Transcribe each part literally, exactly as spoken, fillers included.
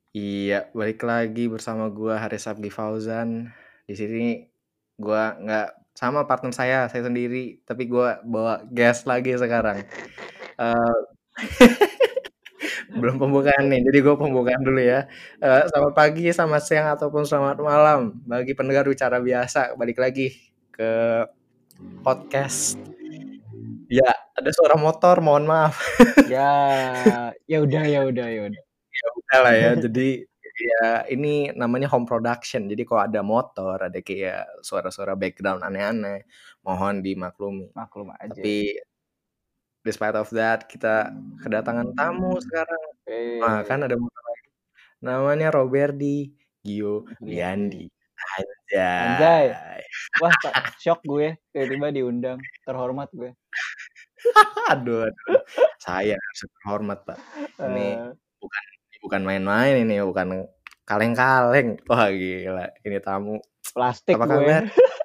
Iya, balik lagi bersama gua Haris Sabdi Fauzan. Di sini gua nggak sama partner saya, saya sendiri, tapi gua bawa guest lagi sekarang. Uh, belum pembukaan nih, jadi gua pembukaan dulu ya. Uh, selamat pagi, selamat siang, ataupun selamat malam bagi pendengar bicara biasa. Balik lagi ke podcast. Ya, ada suara motor, mohon maaf. Ya, ya udah, ya udah, ya udah. Ya udah lah ya. Jadi ya ini namanya home production. Jadi kalau ada motor, ada kayak suara-suara background aneh-aneh, mohon dimaklumi. Maklum aja. Tapi despite of that, kita kedatangan tamu sekarang. Eh, Nah, kan ada motor lagi. Namanya Roberdi Gio iya. Liandi. Anjay. Anjay. Wah, tak shock gue tiba-tiba diundang. Terhormat gue. aduh, aduh. Saya harus terhormat, Pak. Ini Eh, bukan bukan main-main ini, bukan kaleng-kaleng. Wah, gila. Ini tamu. plastik Apa gue. kabar?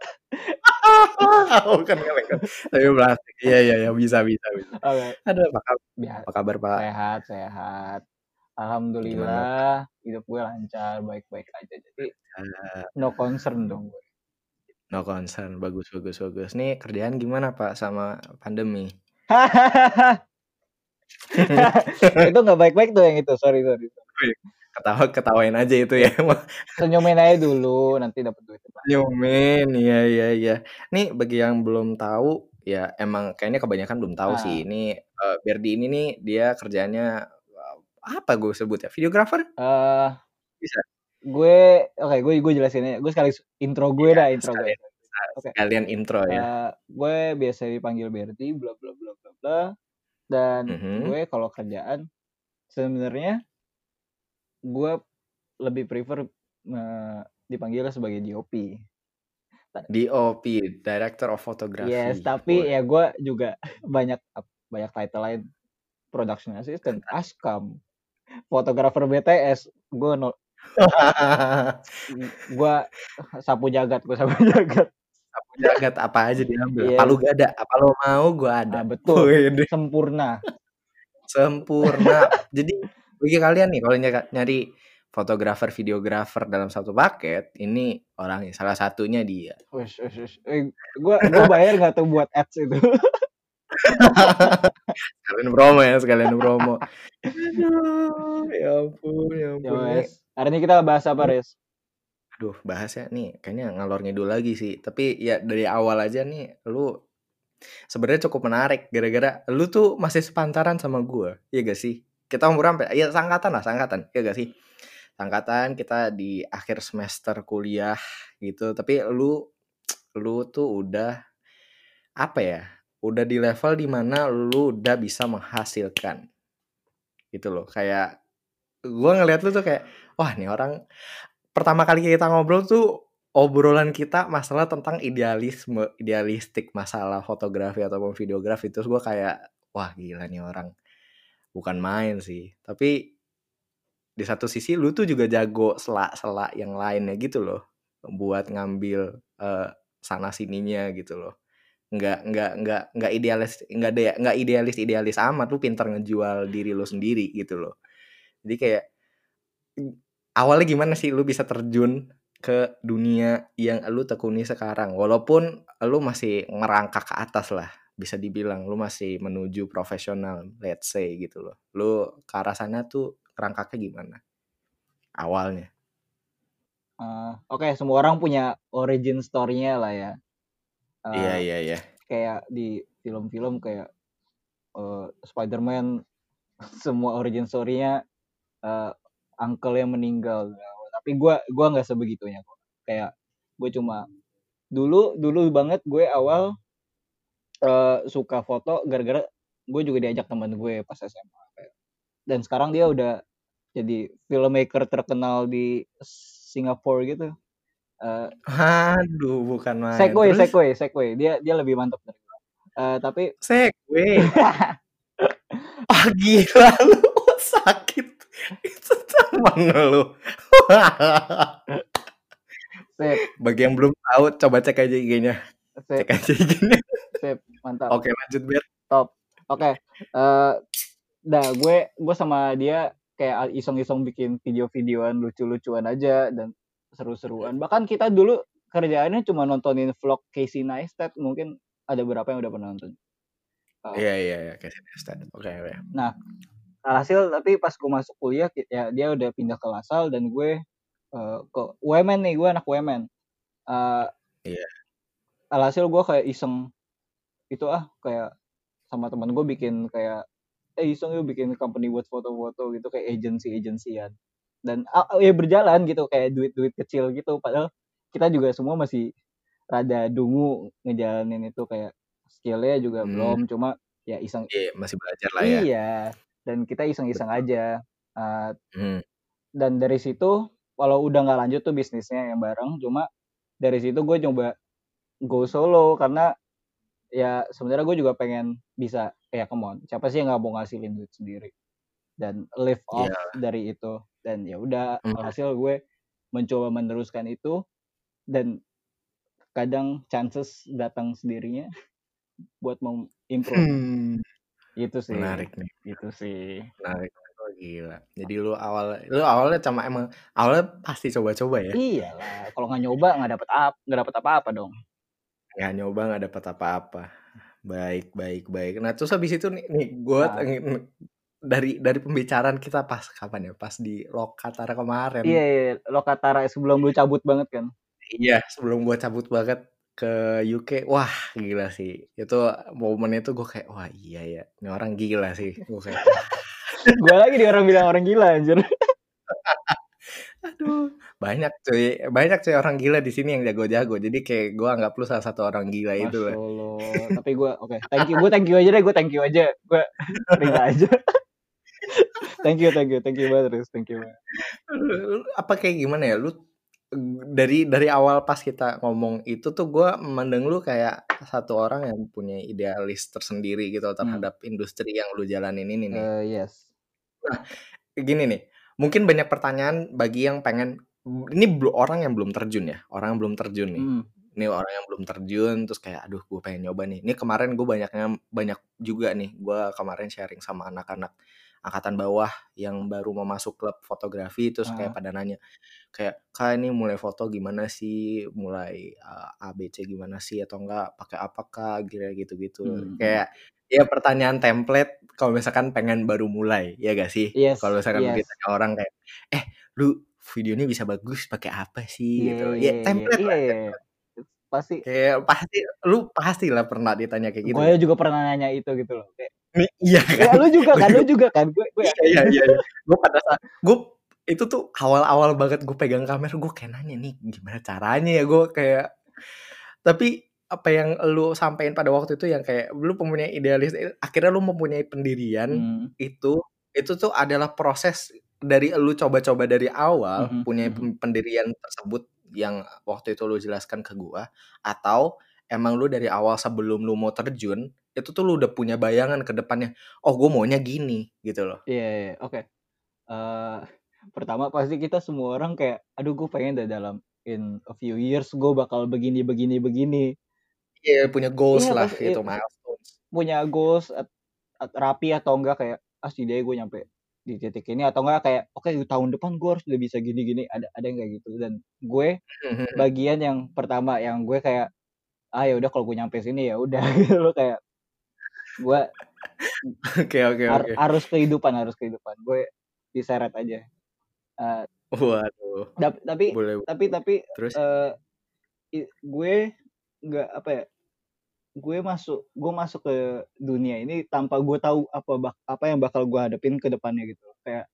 bukan kaleng-kaleng. Tapi plastik. Iya, iya, iya. Bisa, bisa, bisa. Oke. Aduh, apa kabar, Biar apa kabar Pak? sehat, sehat. Gimana, Pak? Alhamdulillah, hidup gue lancar, baik-baik aja. Jadi Uh, no concern dong gue. no concern. Bagus, bagus, bagus. Nih kerjaan gimana Pak sama pandemi? Itu nggak baik-baik tuh yang itu. Sorry, sorry. Ketawa, ketawain aja itu ya. Senyumin aja dulu, nanti dapat duit. Senyumin, iya, iya, iya. Nih bagi yang belum tahu, ya emang kayaknya kebanyakan belum tahu Ah. sih. Ini uh, Berdi ini nih dia kerjanya uh, apa gue sebut ya? Videographer? Uh, Bisa. Gue, oke, okay, gue gue jelasin aja. Gue sekali intro gue Iya, dah, intro sekalian, gue. Oke. Okay. Sekalian intro ya. Uh, gue biasa dipanggil Berdi, bla bla bla bla bla. Dan Mm-hmm. gue kalau kerjaan sebenarnya gue lebih prefer uh, dipanggil sebagai D O P. D O P, Director of Photography. Yes, tapi Boy. ya gue juga banyak banyak title lain, Production Assistant, Askam, Fotografer B T S, gue no, gue sapu jagat, gue sapu jagat. Sapu jagat apa aja diambil. Yes. Apa lu gak ada, apa lu mau gue ada. Ah, betul. Wih, sempurna. Sempurna. Jadi bagi kalian nih kalau nyari fotografer, videografer dalam satu paket, ini orangnya salah satunya dia. Wih, wih, wih. Eh, gue gue bayar nggak tuh buat ads itu? Sekalian promo ya, sekalian promo. Aduh, ya ampun, ya ampun. Ya, nih, hari ini kita bahas apa, Riz? Aduh, bahasnya nih kayaknya ngalor ngidul lagi sih. Tapi ya dari awal aja nih, lu sebenarnya cukup menarik. Gara-gara lu tuh masih sepantaran sama gue, iya gak sih? Kita umur sampai, ya sangkatan lah, sangkatan, iya gak sih? Angkatan kita di akhir semester kuliah gitu, tapi lu lu tuh udah apa ya, udah di level dimana lu udah bisa menghasilkan gitu loh. Kayak gue ngeliat lu tuh kayak, wah nih orang, pertama kali kita ngobrol tuh obrolan kita masalah tentang idealisme, idealistik masalah fotografi ataupun videografi. Terus gue kayak, wah gila nih orang, bukan main sih. Tapi di satu sisi lu tuh juga jago selak-selak yang lainnya gitu loh, buat ngambil uh, sana sininya gitu loh. Nggak nggak nggak nggak idealis nggak ada nggak idealis idealis amat, lu pintar ngejual diri lu sendiri gitu loh. Jadi kayak awalnya gimana sih lu bisa terjun ke dunia yang lu tekuni sekarang, walaupun lu masih ngerangkak ke atas lah, bisa dibilang lu masih menuju profesional, let's say gitu loh. Lu ke arah sana tuh kerangkaknya gimana awalnya? Uh, Oke, okay, semua orang punya origin story-nya lah ya. Uh, iya iya iya. Kayak di film-film kayak uh, Spider-Man, semua origin story-nya uh, uncle yang meninggal. Tapi gue gue nggak sebegitunya kok. Kayak gue cuma dulu dulu banget gue awal uh, suka foto gara-gara gue juga diajak teman gue pas S M A. Dan sekarang dia udah jadi filmmaker terkenal di Singapura gitu. Uh, Aduh, bukan main. Segway, Terus? Segway, Segway. Dia dia lebih mantap dari gue. Uh, tapi Segway. Ah gila lu, sakit. Itu mana lu? Sip. Bagi yang belum tahu, coba cek aja I G-nya. Cek aja I G-nya. Sip, mantap. Oke, lanjut Ber. Top. Oke. Okay. Uh, dah gue gue sama dia kayak iseng-iseng bikin video-videoan lucu-lucuan aja dan seru-seruan. Bahkan kita dulu kerjaannya cuma nontonin vlog Casey Neistat, mungkin ada beberapa yang udah pernah nonton. Uh, Iya iya iya Casey Neistat. Oke oke. Nah, alhasil tapi pas gue masuk kuliah ya dia udah pindah ke Lasal dan gue uh, ke U M N nih, gue anak U M N. Uh, Iya. Alhasil gue kayak iseng itu ah kayak sama teman gue bikin kayak eh iseng yuk bikin company buat foto-foto gitu kayak agency-agencyan dan uh, ya berjalan gitu kayak duit-duit kecil gitu padahal kita juga semua masih rada dungu ngejalanin itu kayak skillnya juga Hmm. belum cuma ya iseng Iya masih belajar lah ya. iya dan kita iseng-iseng Betul. aja uh, Hmm. dan dari situ walau udah nggak lanjut tuh bisnisnya yang bareng cuma dari situ gue coba go solo karena ya sebenarnya gue juga pengen bisa ya come on siapa sih yang nggak mau ngasilin duit sendiri dan live off Iya. dari itu dan ya udah Hmm. alhasil gue mencoba meneruskan itu dan kadang chances datang sendirinya buat mengimprove Hmm. itu sih Menarik nih. itu sih Menarik. Oh gila. Jadi lu awal lu awalnya cuma emang awalnya pasti coba-coba ya? Iyalah, kalau nggak nyoba nggak dapet apa nggak dapet apa-apa dong. Nggak nyoba nggak dapat apa-apa. Baik baik baik. Nah terus habis itu nih, nih gue Nah, dari dari pembicaraan kita pas kapan ya? Pas di Lokatara kemarin. iya, iya Lokatara sebelum lu cabut banget kan. Iya sebelum gue cabut banget ke U K, wah gila sih. Itu momen itu gue kayak wah iya ya, ini orang gila sih. Gue kayak Gue lagi di orang bilang orang gila anjir. aduh, banyak cuy, banyak cuy orang gila di sini yang jago-jago. Jadi kayak gue anggap lu salah satu orang gila itu Masya lah. Allah. Tapi gue oke, okay. thank you. Gue thank you aja deh. Gue thank you aja. Gue terima aja. thank you, thank you, thank you banget, Riz. Thank you banget. Apa kayak gimana ya? Lu dari dari awal pas kita ngomong itu tuh gue memandang lu kayak satu orang yang punya idealis tersendiri gitu terhadap hmm. industri yang lu jalanin ini nih. Uh, yes. Nah, gini nih. Mungkin banyak pertanyaan bagi yang pengen ini orang yang belum terjun ya, orang yang belum terjun nih. Hmm. Ini orang yang belum terjun terus kayak aduh gue pengen nyoba nih. Ini kemarin gue banyaknya banyak juga nih. Gue kemarin sharing sama anak-anak angkatan bawah yang baru mau masuk klub fotografi terus uh. kayak pada nanya kayak kak ini mulai foto gimana sih, mulai uh, A B C gimana sih atau enggak pakai apa kak gitu-gitu. Hmm. Kayak ya pertanyaan template kalau misalkan pengen baru mulai ya gak sih? Yes, kalau misalkan yes. ditanya orang kayak eh lu videonya bisa bagus pakai apa sih? Yeah, gitu. yeah, Ya template yeah, lah. Yeah, yeah. Pasti. Kayak pasti lu pasti lah pernah ditanya kayak gitu. Gue kan? juga pernah nanya itu gitu loh. Kayak, iya kan? Ya, lu juga kan, lu juga kan. Gue gue iya iya iya. Gue pada saat gue itu tuh awal-awal banget gue pegang kamera gue kayak nanya nih gimana caranya ya gue kayak tapi apa yang lu sampaikan pada waktu itu yang kayak lu mempunyai idealis akhirnya lu mempunyai pendirian hmm. itu itu tuh adalah proses dari lu coba-coba dari awal mm-hmm. punya mm-hmm. pendirian tersebut yang waktu itu lu jelaskan ke gue atau emang lu dari awal sebelum lu mau terjun itu tuh lu udah punya bayangan ke depannya oh gue maunya gini gitu loh. Iya yeah, yeah, oke okay. uh... Pertama pasti kita semua orang kayak aduh gue pengen deh dalam in a few years gue bakal begini begini begini iya yeah, punya goals yeah, lah gitu milestones punya goals at, at, rapi atau enggak kayak ah setidaknya gue nyampe di titik ini atau enggak kayak oke okay, tahun depan gue harus udah bisa gini gini ada ada yang kayak gitu dan gue bagian yang pertama yang gue kayak ah ya udah kalau gue nyampe sini ya udah gitu loh kayak gue oke oke oke harus kehidupan harus kehidupan gue diseret aja. Uh, Waduh. Tapi boleh, tapi tapi terus uh, gue nggak apa ya? Gue masuk gue masuk ke dunia ini tanpa gue tahu apa apa yang bakal gue hadapin ke depannya gitu. Kayak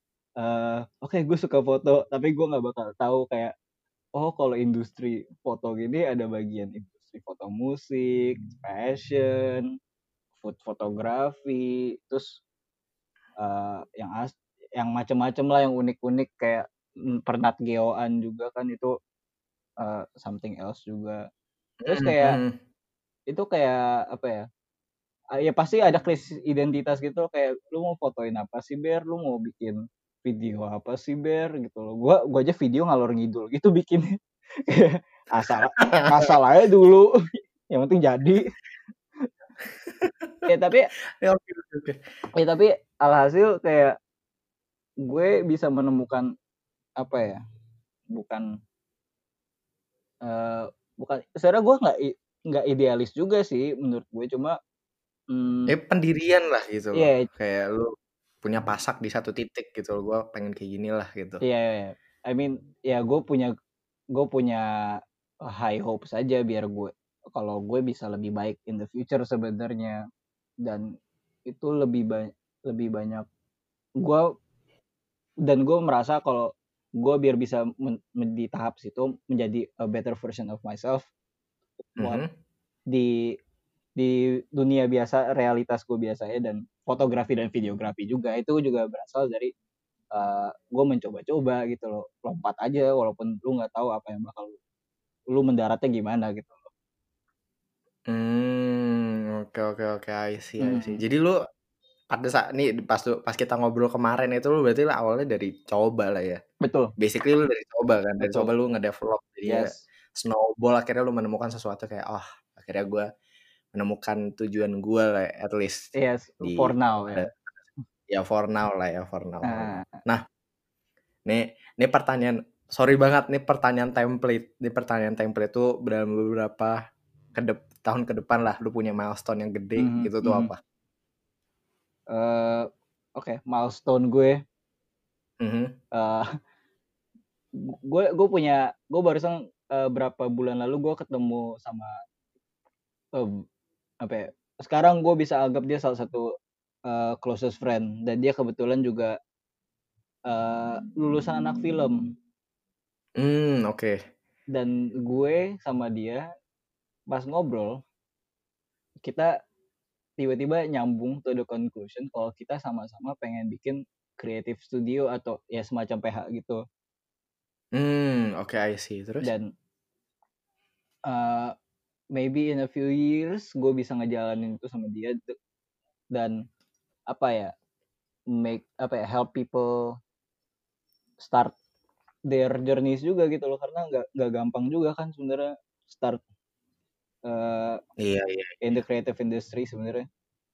uh, oke okay, gue suka foto tapi gue nggak bakal tahu kayak oh kalau industri foto gini ada bagian industri foto musik, fashion, food fotografi, terus uh, yang as yang macam-macam lah yang unik-unik kayak pernat geoan juga kan itu uh, something else juga terus kayak mm-hmm. itu kayak apa ya uh, ya pasti ada krisis identitas gitu kayak lu mau fotoin apa sih Ber lu mau bikin video apa sih Ber gitu loh gua gua aja video ngalor ngidul gitu bikin asal asal aja dulu yang penting jadi ya tapi ya, okay, okay. ya tapi alhasil kayak gue bisa menemukan apa ya? Bukan uh, bukan sebenarnya gue nggak nggak idealis juga sih menurut gue, cuma Eh hmm, pendirian lah gitu loh. iya Kayak lu punya pasak di satu titik gitu loh. Gue pengen kayak gini lah gitu. iya yeah, I mean ya gue punya gue punya high hope saja biar gue kalau gue bisa lebih baik in the future sebenarnya, dan itu lebih banyak lebih banyak gue dan gue merasa kalau gue biar bisa men- men- di tahap situ menjadi a better version of myself what Mhm. di di dunia biasa, realitas gue biasa ya, dan fotografi dan videografi juga itu juga berasal dari uh, gue mencoba-coba gitu loh, lompat aja walaupun lu nggak tahu apa yang bakal lu mendaratnya gimana gitu. Hmm, oke oke oke, I see I see. Hmm, Jadi lu pada saat nih pas lu pas kita ngobrol kemarin itu lu berarti lah awalnya dari coba lah ya. betul Basically lu dari coba kan, dari coba betul lu ngedevelop jadi ya yes snowball akhirnya lu menemukan sesuatu kayak oh akhirnya gue menemukan tujuan gue lah at least yes for di now pada ya. ya for now lah ya for now for now. Nah, Nah, nih nih pertanyaan sorry banget nih pertanyaan template. Nih pertanyaan template tuh dalam beberapa kedep tahun ke depan lah lu punya milestone yang gede mhm, gitu tuh mhm. apa? Eh, oke milestone gue Mhm. eh gue gue punya gue barusan eh, berapa bulan lalu gue ketemu sama eh, apa ya, sekarang gue bisa anggap dia salah satu eh, closest friend, dan dia kebetulan juga eh, lulusan anak film, Hmm, oke. dan gue sama dia pas ngobrol kita tiba-tiba nyambung to the conclusion kalau kita sama-sama pengen bikin creative studio atau ya semacam P H gitu, Hmm, oke I see. Terus? dan uh, maybe in a few years gue bisa ngejalanin itu sama dia, dan apa ya, make apa ya, help people start their journeys juga gitu loh, karena nggak nggak gampang juga kan sebenarnya start uh, Iya, iya, in iya. the creative industry sebenarnya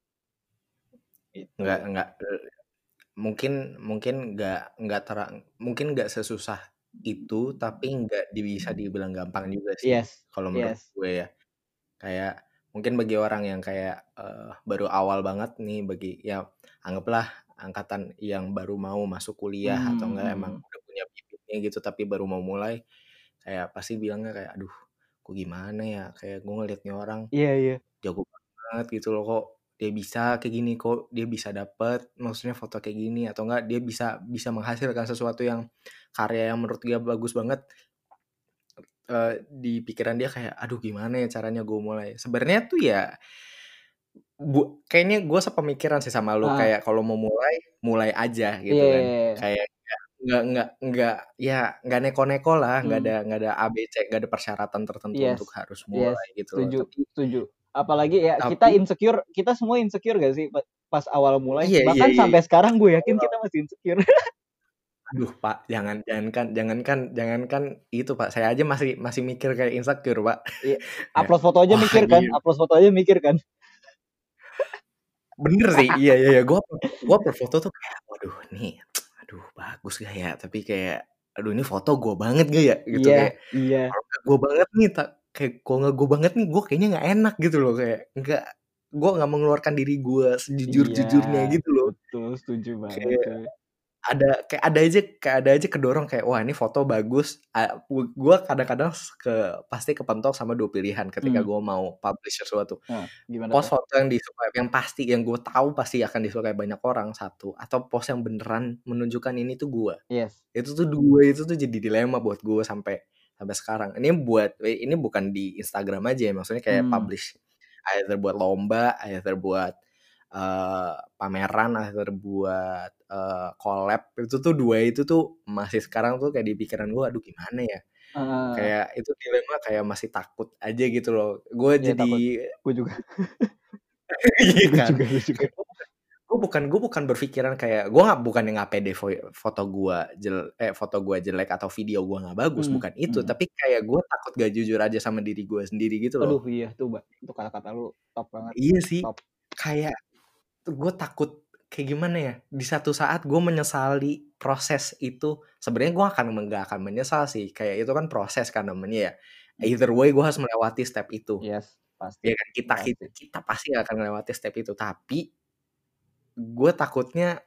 Nggak itu. nggak eh, mungkin mungkin nggak nggak terang mungkin nggak sesusah itu tapi nggak di bisa dibilang gampang juga sih Yes kalau menurut yes. gue ya. Kayak mungkin bagi orang yang kayak eh, baru awal banget nih bagi ya anggaplah angkatan yang baru mau masuk kuliah atau Hmm, enggak emang hmm. udah punya bibitnya gitu tapi baru mau mulai kayak pasti bilangnya kayak aduh kok gimana ya kayak gue ngeliat nih orang Iya iya jago banget gitu loh kok dia bisa kayak gini kok dia bisa dapet maksudnya foto kayak gini atau enggak dia bisa bisa menghasilkan sesuatu yang karya yang menurut dia bagus banget eh, di pikiran dia kayak aduh gimana ya caranya gue mulai sebenarnya tuh ya bu kayaknya gue sepemikiran sih sama lu ah kayak kalau mau mulai mulai aja iya gitu iya kan iya. kayak nggak nggak nggak ya nggak neko-neko lah nggak Hmm, ada nggak ada A B C nggak ada persyaratan tertentu yes untuk harus yes mulai gitu loh setuju tapi setuju, apalagi ya kita tapi insecure, kita semua insecure gak sih pa- pas awal mulai, iya iya bahkan iya sampai sekarang gue yakin awal kita masih insecure. aduh Pak jangan jangankan jangankan jangankan itu Pak saya aja masih masih mikir kayak insecure Pak Iya, ya upload foto aja wah mikir kan, gitu upload foto aja mikir kan. bener sih iya iya iya gue gue per foto tuh kayak waduh nih aduh bagus gak ya tapi kayak aduh ini foto gue banget gak ya gitu Iya kayak iya kalau nggak gue banget nih tak kayak kalau nggak gue banget nih gue kayaknya nggak enak gitu loh kayak nggak gue nggak mengeluarkan diri gue sejujur iya, jujurnya gitu loh betul setuju banget kayak cuy. ada kayak ada aja kayak ada aja kedorong kayak wah ini foto bagus Ah, gue kadang-kadang ke pasti kepentok sama dua pilihan ketika Hmm. gue mau publish sesuatu Nah, gimana post tuh? foto yang disukai yang pasti yang gue tahu pasti akan disukai banyak orang satu atau post yang beneran menunjukkan ini tuh gue Yes. itu tuh dua itu tuh jadi dilema buat gue sampai sampai sekarang ini buat ini bukan di Instagram aja ya maksudnya kayak Hmm. publish either buat lomba either buat eh, pameran either buat eh, collab itu tuh dua itu tuh masih sekarang tuh kayak di pikiran gue aduh gimana ya Eh, kayak itu dilema kayak masih takut aja gitu loh gue ya jadi takut. Gue juga. iya gue kan juga, gue juga. kayak gue bukan gue bukan berpikiran kayak gue nggak bukan yang nggak pede fo- foto gue jel eh foto gue jelek atau video gue nggak bagus Hmm. bukan itu Hmm. tapi kayak gue takut gak jujur aja sama diri gue sendiri gitu loh Aduh iya tuh, Mbak. Itu kata-kata lu top banget. iya sih Top. kayak gue takut kayak gimana ya di satu saat gue menyesali proses itu sebenarnya gue akan nggak akan menyesal sih, kayak itu kan proses kan namanya ya. Either way gue harus melewati step itu. Yes, pasti, Ya kan kita kita, pasti. kita pasti akan melewati step itu, tapi gue takutnya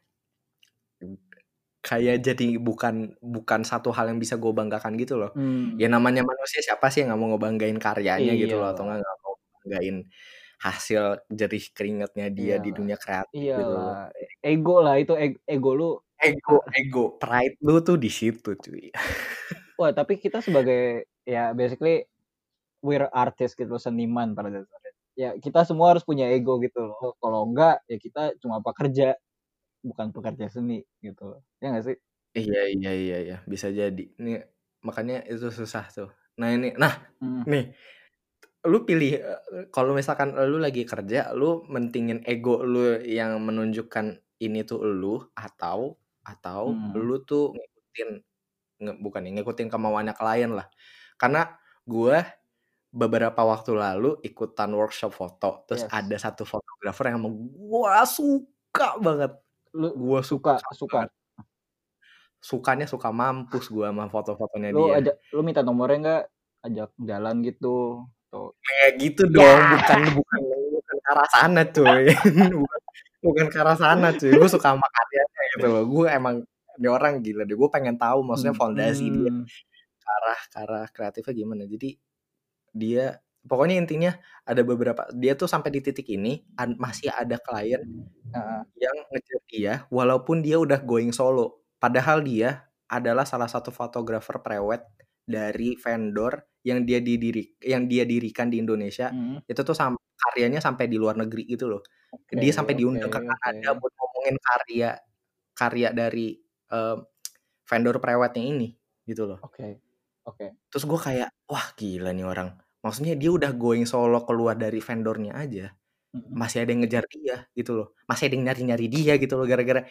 kayak jadi bukan bukan satu hal yang bisa gue banggakan gitu loh. Hmm. Ya namanya manusia, siapa sih yang nggak mau ngebanggain karyanya gitu loh, atau Iyalah, nggak nggak mau ngebanggain hasil jerih keringatnya dia di iyalah, dunia kreatif gitu iyalah. loh. E- Ego lah itu, eg- ego lu. Ego, ego, pride lu tuh di situ cuy. Wah, tapi kita sebagai ya basically we're artist gitu, seniman pada dasarnya. Ya kita semua harus punya ego gitu loh. Kalau enggak ya kita cuma pekerja, bukan pekerja seni gitu loh. Ya nggak sih? Iya iya iya iya, bisa jadi. Nih makanya itu susah tuh. Nah ini, nah Hmm. nih, lu pilih eh, kalau misalkan lu lagi kerja, lu mentingin ego lu yang menunjukkan ini tuh lu, atau atau Hmm. lu tuh ngikutin nge, bukan ya, ngikutin kemauannya klien lah. Karena gue beberapa waktu lalu ikutan workshop foto, terus Yes. ada satu fotografer yang emang gue suka banget, Lu gue suka suka suka. banget. Sukanya suka mampus gue sama foto-fotonya Lu dia. ajak, lu minta nomornya nggak? Ajak jalan gitu. Tuh. Kayak gitu Ya. dong, bukan bukan bukan ke arah sana cuy. bukan, bukan ke arah sana cuy. Gue suka sama karyanya gitu loh. Gue emang ini orang gila deh. Gue pengen tahu maksudnya Hmm. fondasi dia Hmm. ke arah ke arah kreatifnya gimana. Jadi dia pokoknya intinya ada beberapa, dia tuh sampai di titik ini an- masih ada klien Uh, yang ngejar dia walaupun dia udah going solo. Padahal dia adalah salah satu fotografer prewed dari vendor yang dia didiri yang dia dirikan di Indonesia. hmm. Itu tuh sam- karyanya sampai di luar negeri gitu loh. Oke, Dia sampai oke, diundang ke oke. Kanada buat ngomongin karya karya dari eh, vendor prewednya ini gitu loh. Oke. Oke. Terus gue kayak, wah gila nih orang. Maksudnya dia udah going solo keluar dari vendornya aja, Hmm. masih ada yang ngejar dia gitu loh. Masih ada yang nyari-nyari dia gitu loh, gara-gara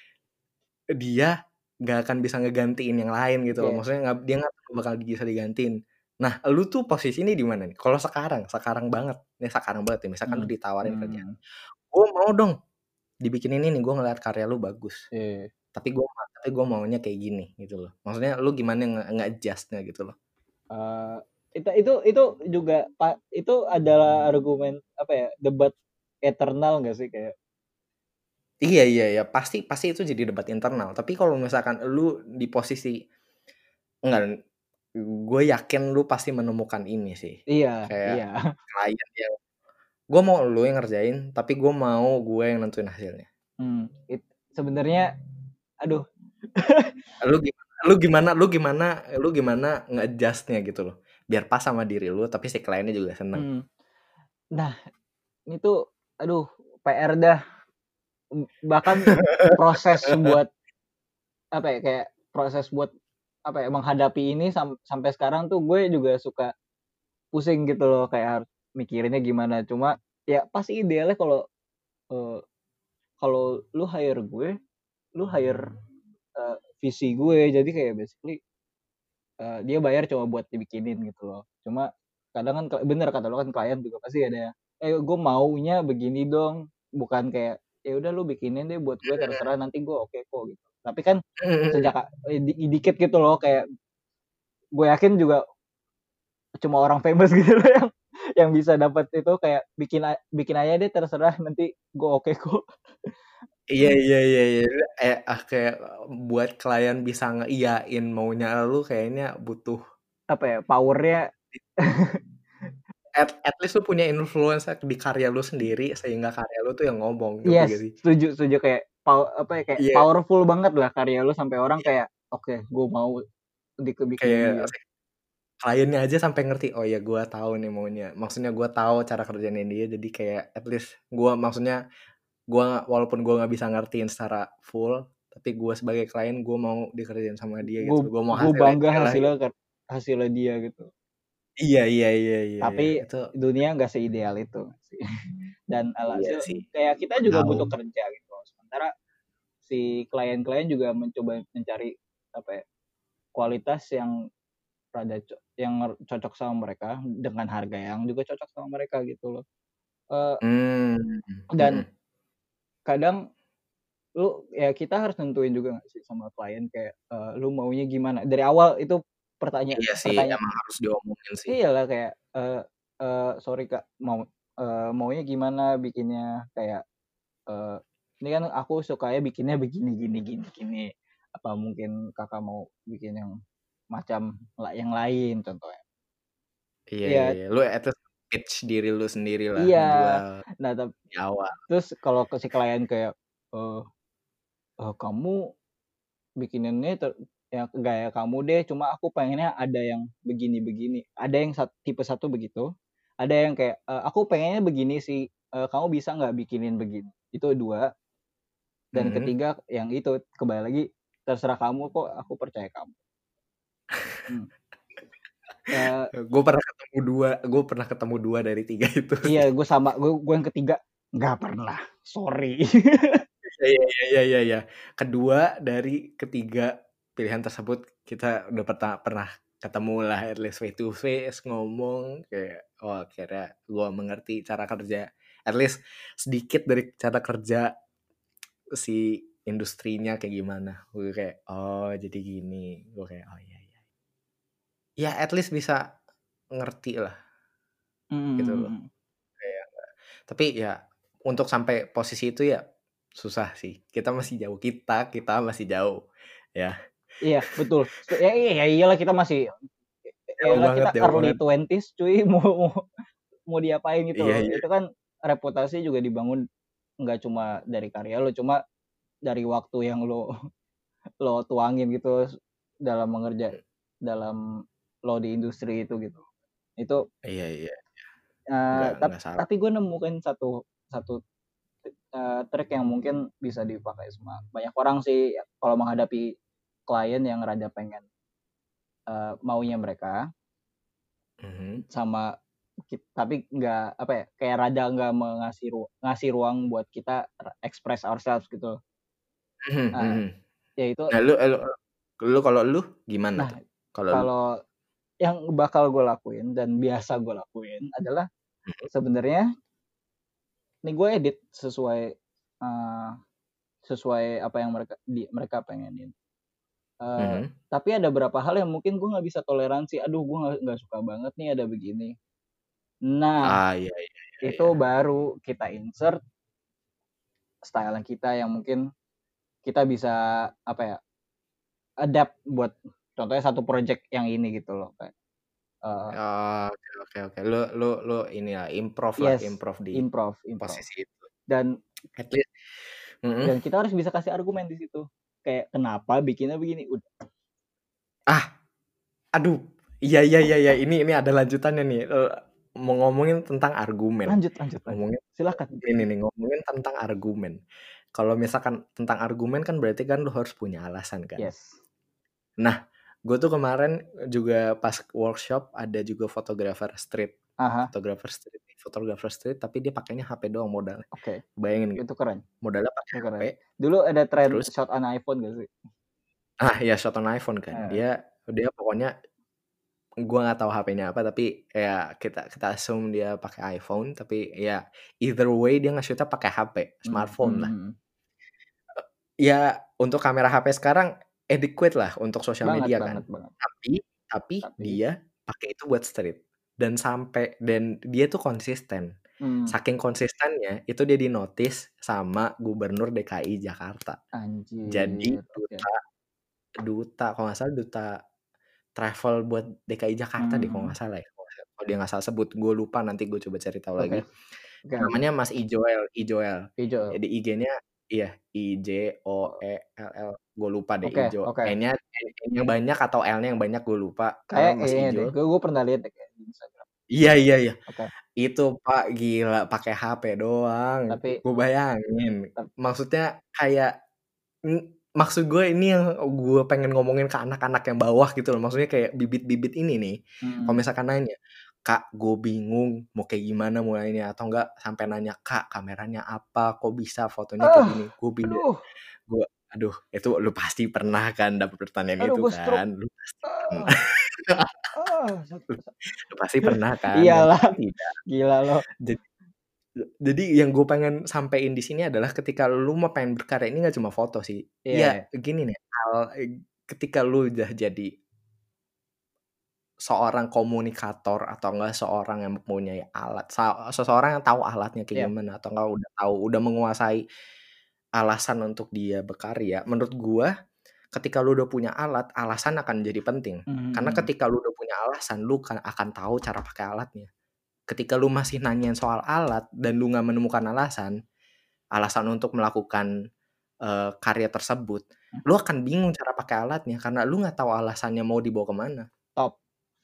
dia nggak akan bisa ngegantiin yang lain gitu loh. Oke. Maksudnya nggak, dia nggak bakal bisa digantiin. Nah, lu tuh posisi ini di mana nih? Kalau sekarang, sekarang banget, nih sekarang banget nih. Misalkan lu Hmm. ditawarin kerjaan, Hmm. gue mau dong dibikinin ini, gue ngeliat karya lu bagus. Iya. Tapi gue tapi gue maunya kayak gini gitu loh. Maksudnya lu gimana nge- nge-adjustnya gitu loh? Eh, itu itu itu juga pak, itu adalah argumen apa ya, debat eternal nggak sih, kayak Iya iya iya, pasti pasti itu jadi debat internal. Tapi kalau misalkan lu di posisi enggak, gue yakin lu pasti menemukan ini sih. iya, Kayak iya. klien yang gue mau lu yang ngerjain, tapi gue mau gue yang nentuin hasilnya. Hmm, it- sebenarnya aduh. Lu gimana? Lu gimana? Lu gimana? Lu gimana nge-adjustnya gitu loh. Biar pas sama diri lu, tapi si kliennya juga seneng. Hmm. Nah, ini tuh aduh P R dah. Bahkan proses buat apa ya, kayak proses buat apa ya, menghadapi ini sam- sampai sekarang tuh gue juga suka pusing gitu loh, kayak harus mikirinnya gimana. Cuma ya pasti idealnya kalau eh, kalau lu hire gue, lu hire eh, visi gue, jadi kayak basically eh, dia bayar cuma buat dibikinin gitu loh. Cuma kadang kan kla- bener kata lo kan, klien juga pasti ada, eh gue maunya begini dong, bukan kayak ya udah lu bikinin deh buat gue terserah, nanti gue oke kok gitu. Tapi kan sejak eh, di- dikit gitu loh, kayak gue yakin juga cuma orang famous gitu loh yang yang bisa dapat itu, kayak bikin a- bikin aja deh terserah, nanti gue oke kok. Iya iya iya iya. Eh, ah, kayak buat klien bisa ngeiyain maunya lu kayaknya butuh Apa ya, powernya. at, at least lu punya influence di karya lu sendiri sehingga karya lu tuh yang ngomong, ngerti gak Yes, sih? setuju, setuju, kayak pow- apa ya, kayak Iya, powerful banget lah karya lu sampai orang iya. kayak oke, gue mau dikebikinin Kayak dia. si kliennya aja sampai ngerti, oh ya gua tahu nih maunya. Maksudnya gua tahu cara kerjanya dia, jadi kayak at least gua maksudnya gua walaupun gua nggak bisa ngertiin secara full, tapi gua sebagai klien gua mau dikerjain sama dia Gue gitu. Gua mau gue hasilnya bangga dia lah hasilnya gitu. kan, hasilnya dia gitu. Iya iya iya iya iya. Tapi Itu dunia nggak seideal itu sih. Dan iya alhasil sih. kayak kita Gua juga tahu. butuh kerja gitu. Sementara si klien-klien juga mencoba mencari apa ya, kualitas yang rada co- yang cocok sama mereka dengan harga yang juga cocok sama mereka gitu loh. Eh, Hmm. dan Mm-mm. kadang lu ya kita harus nentuin juga nggak sih sama klien kayak uh, lu maunya gimana dari awal itu pertanyaan Iya sih, pertanyaan emang harus diomongin sih. iyalah kayak uh, uh, sorry kak mau uh, maunya gimana bikinnya kayak uh, ini kan aku sukanya bikinnya begini gini gini gini apa mungkin kakak mau bikin yang macam yang lain contohnya Iya iya ya iya. Lu at least pitch diri lu sendiri lah, iya ngejual nah tapi di awal. terus kalau ke si klien kayak eh uh, kamu bikininnya ter- ya gaya kamu deh cuma aku pengennya ada yang begini-begini ada yang sat- tipe satu begitu ada yang kayak "Eh, aku pengennya begini sih eh, kamu bisa nggak bikinin begini itu dua dan Mhm. ketiga yang itu kembali lagi terserah kamu kok aku percaya kamu. Hmm. Eh, Gue pernah ketemu dua, gue pernah ketemu dua dari tiga itu iya sih. gue sama gue gue yang ketiga nggak pernah sorry. Iya iya iya iya iya. iya. Kedua dari ketiga pilihan tersebut kita udah pernah pernah ketemu lah at least face to face ngomong kayak oh akhirnya gue mengerti cara kerja at least sedikit dari cara kerja si industrinya kayak gimana. Gue kayak oh jadi gini. Gue kayak oh iya iya. Ya at least bisa ngerti lah gitu loh. Hmm. Kayak tapi ya untuk sampai posisi itu ya susah sih. Kita masih jauh. Kita kita masih jauh. Ya, Iya betul ya iya ya iyalah kita masih jauh iyalah banget kita jauh early banget. twenties cuy mau mau mau diapain gitu Iya loh iya. itu kan reputasi juga dibangun nggak cuma dari karya lo cuma dari waktu yang lo lo tuangin gitu dalam mengerja dalam lo di industri itu gitu itu Iya iya. uh, Nggak tapi nggak salah. tapi gue nemukan satu satu uh, trik yang mungkin bisa dipakai sama banyak orang sih kalau menghadapi klien yang rada pengen uh, maunya mereka Mhm. sama tapi nggak apa ya kayak rada nggak mengasih ru ngasih ruang buat kita express ourselves gitu Mhm nah mhm. ya itu Nah, lu lu lu kalau lu gimana nah tuh? Kalau lu? kalau yang bakal gue lakuin dan biasa gue lakuin adalah Mhm. sebenarnya ini gue edit sesuai uh, sesuai apa yang mereka di, mereka pengenin uh, Mhm. tapi ada beberapa hal yang mungkin gue nggak bisa toleransi aduh gue nggak suka banget nih ada begini nah Ah, iya iya iya itu iya. baru kita insert style kita yang mungkin kita bisa apa ya adapt buat contohnya satu project yang ini gitu loh kayak uh, Oh, oke oke oke. Lu lu lu inilah improve lah, yes improve di improv improv posisi itu. dan At least mhm. dan kita harus bisa kasih argumen di situ kayak kenapa bikinnya begini udah Ah, aduh. Iya iya iya iya. Ini ini ada lanjutannya nih. Eee, mau ngomongin tentang argumen. lanjut lanjut lanjut Ngomongin silakan ini nih, ngomongin tentang argumen. Kalau misalkan tentang argumen kan berarti kan lu harus punya alasan kan. yes Nah, gue tuh kemarin juga pas workshop ada juga fotografer street. aha Fotografer street, fotografer street tapi dia pakainya H P doang modalnya. oke okay. Bayangin gitu. Itu keren Modalnya pakai itu H P, keren dulu ada tren terus shot on iPhone gak sih ah ya shot on iPhone kan. uh, Dia dia pokoknya gua nggak tahu H P-nya apa tapi ya kita kita assume dia pakai iPhone tapi ya either way dia nge-shoot-nya pakai H P, hmm, smartphone lah. hmm, Ya untuk kamera H P sekarang adequate lah untuk sosial banget media banget kan. banget Tapi tapi tapi dia pakai itu buat street dan sampai dan dia tuh konsisten. hmm, Saking konsistennya itu dia di-notice sama Gubernur D K I Jakarta. Jadi anjir oke okay. duta duta kalau nggak salah duta travel buat D K I Jakarta deh kalau hmm, nggak salah ya. Kalau dia nggak salah sebut, gue lupa nanti gue coba cari tahu oke lagi. okay. okay, oke Namanya Mas Ijoel, Ijoel. hijau Jadi I G-nya iya I J O E L L. Gue lupa deh oke Ijo. oke N-nya N-nya banyak atau L-nya yang banyak gue lupa. kayak Pokoknya Mas ini deh Ijo. gue gue pernah lihat deh kayak di Instagram Iya iya iya. oke okay. Itu Pak gila pakai H P doang. tapi Gue bayangin. tapi Maksudnya kayak maksud gue ini yang gue pengen ngomongin ke anak-anak yang bawah gitu loh. Maksudnya kayak bibit-bibit ini nih. hmm, Kalau misalkan nanya, Kak, gue bingung mau kayak gimana mulainya atau enggak sampai nanya, Kak, kameranya apa? Kok bisa fotonya kayak ah gini? Gue bingung. aduh Gue aduh, itu lu pasti pernah kan dapet pertanyaan aduh itu gue kan? stroke Lu pasti pernah. ah ah Lu pasti pernah kan? Gak iyalah mungkin tidak. gila lo Jadi Jadi yang gue pengen sampein di sini adalah ketika lu mau pengen berkarya ini nggak cuma foto sih. Iya. Iya, gini nih, hal ketika lu udah jadi seorang komunikator atau enggak seorang yang mempunyai alat, sa seseorang yang tahu alatnya kayak Iya. gimana atau enggak udah tahu, udah menguasai alasan untuk dia berkarya. Menurut gua, ketika lu udah punya alat, alasan akan jadi penting. Mhm Karena mhm. ketika lu udah punya alasan, lu kan akan tahu cara pakai alatnya. Ketika lu masih nanyain soal alat dan lu nggak menemukan alasan, alasan untuk melakukan, eee, karya tersebut, Mmm. lu akan bingung cara pakai alatnya karena lu nggak tahu alasannya mau dibawa ke mana. Top.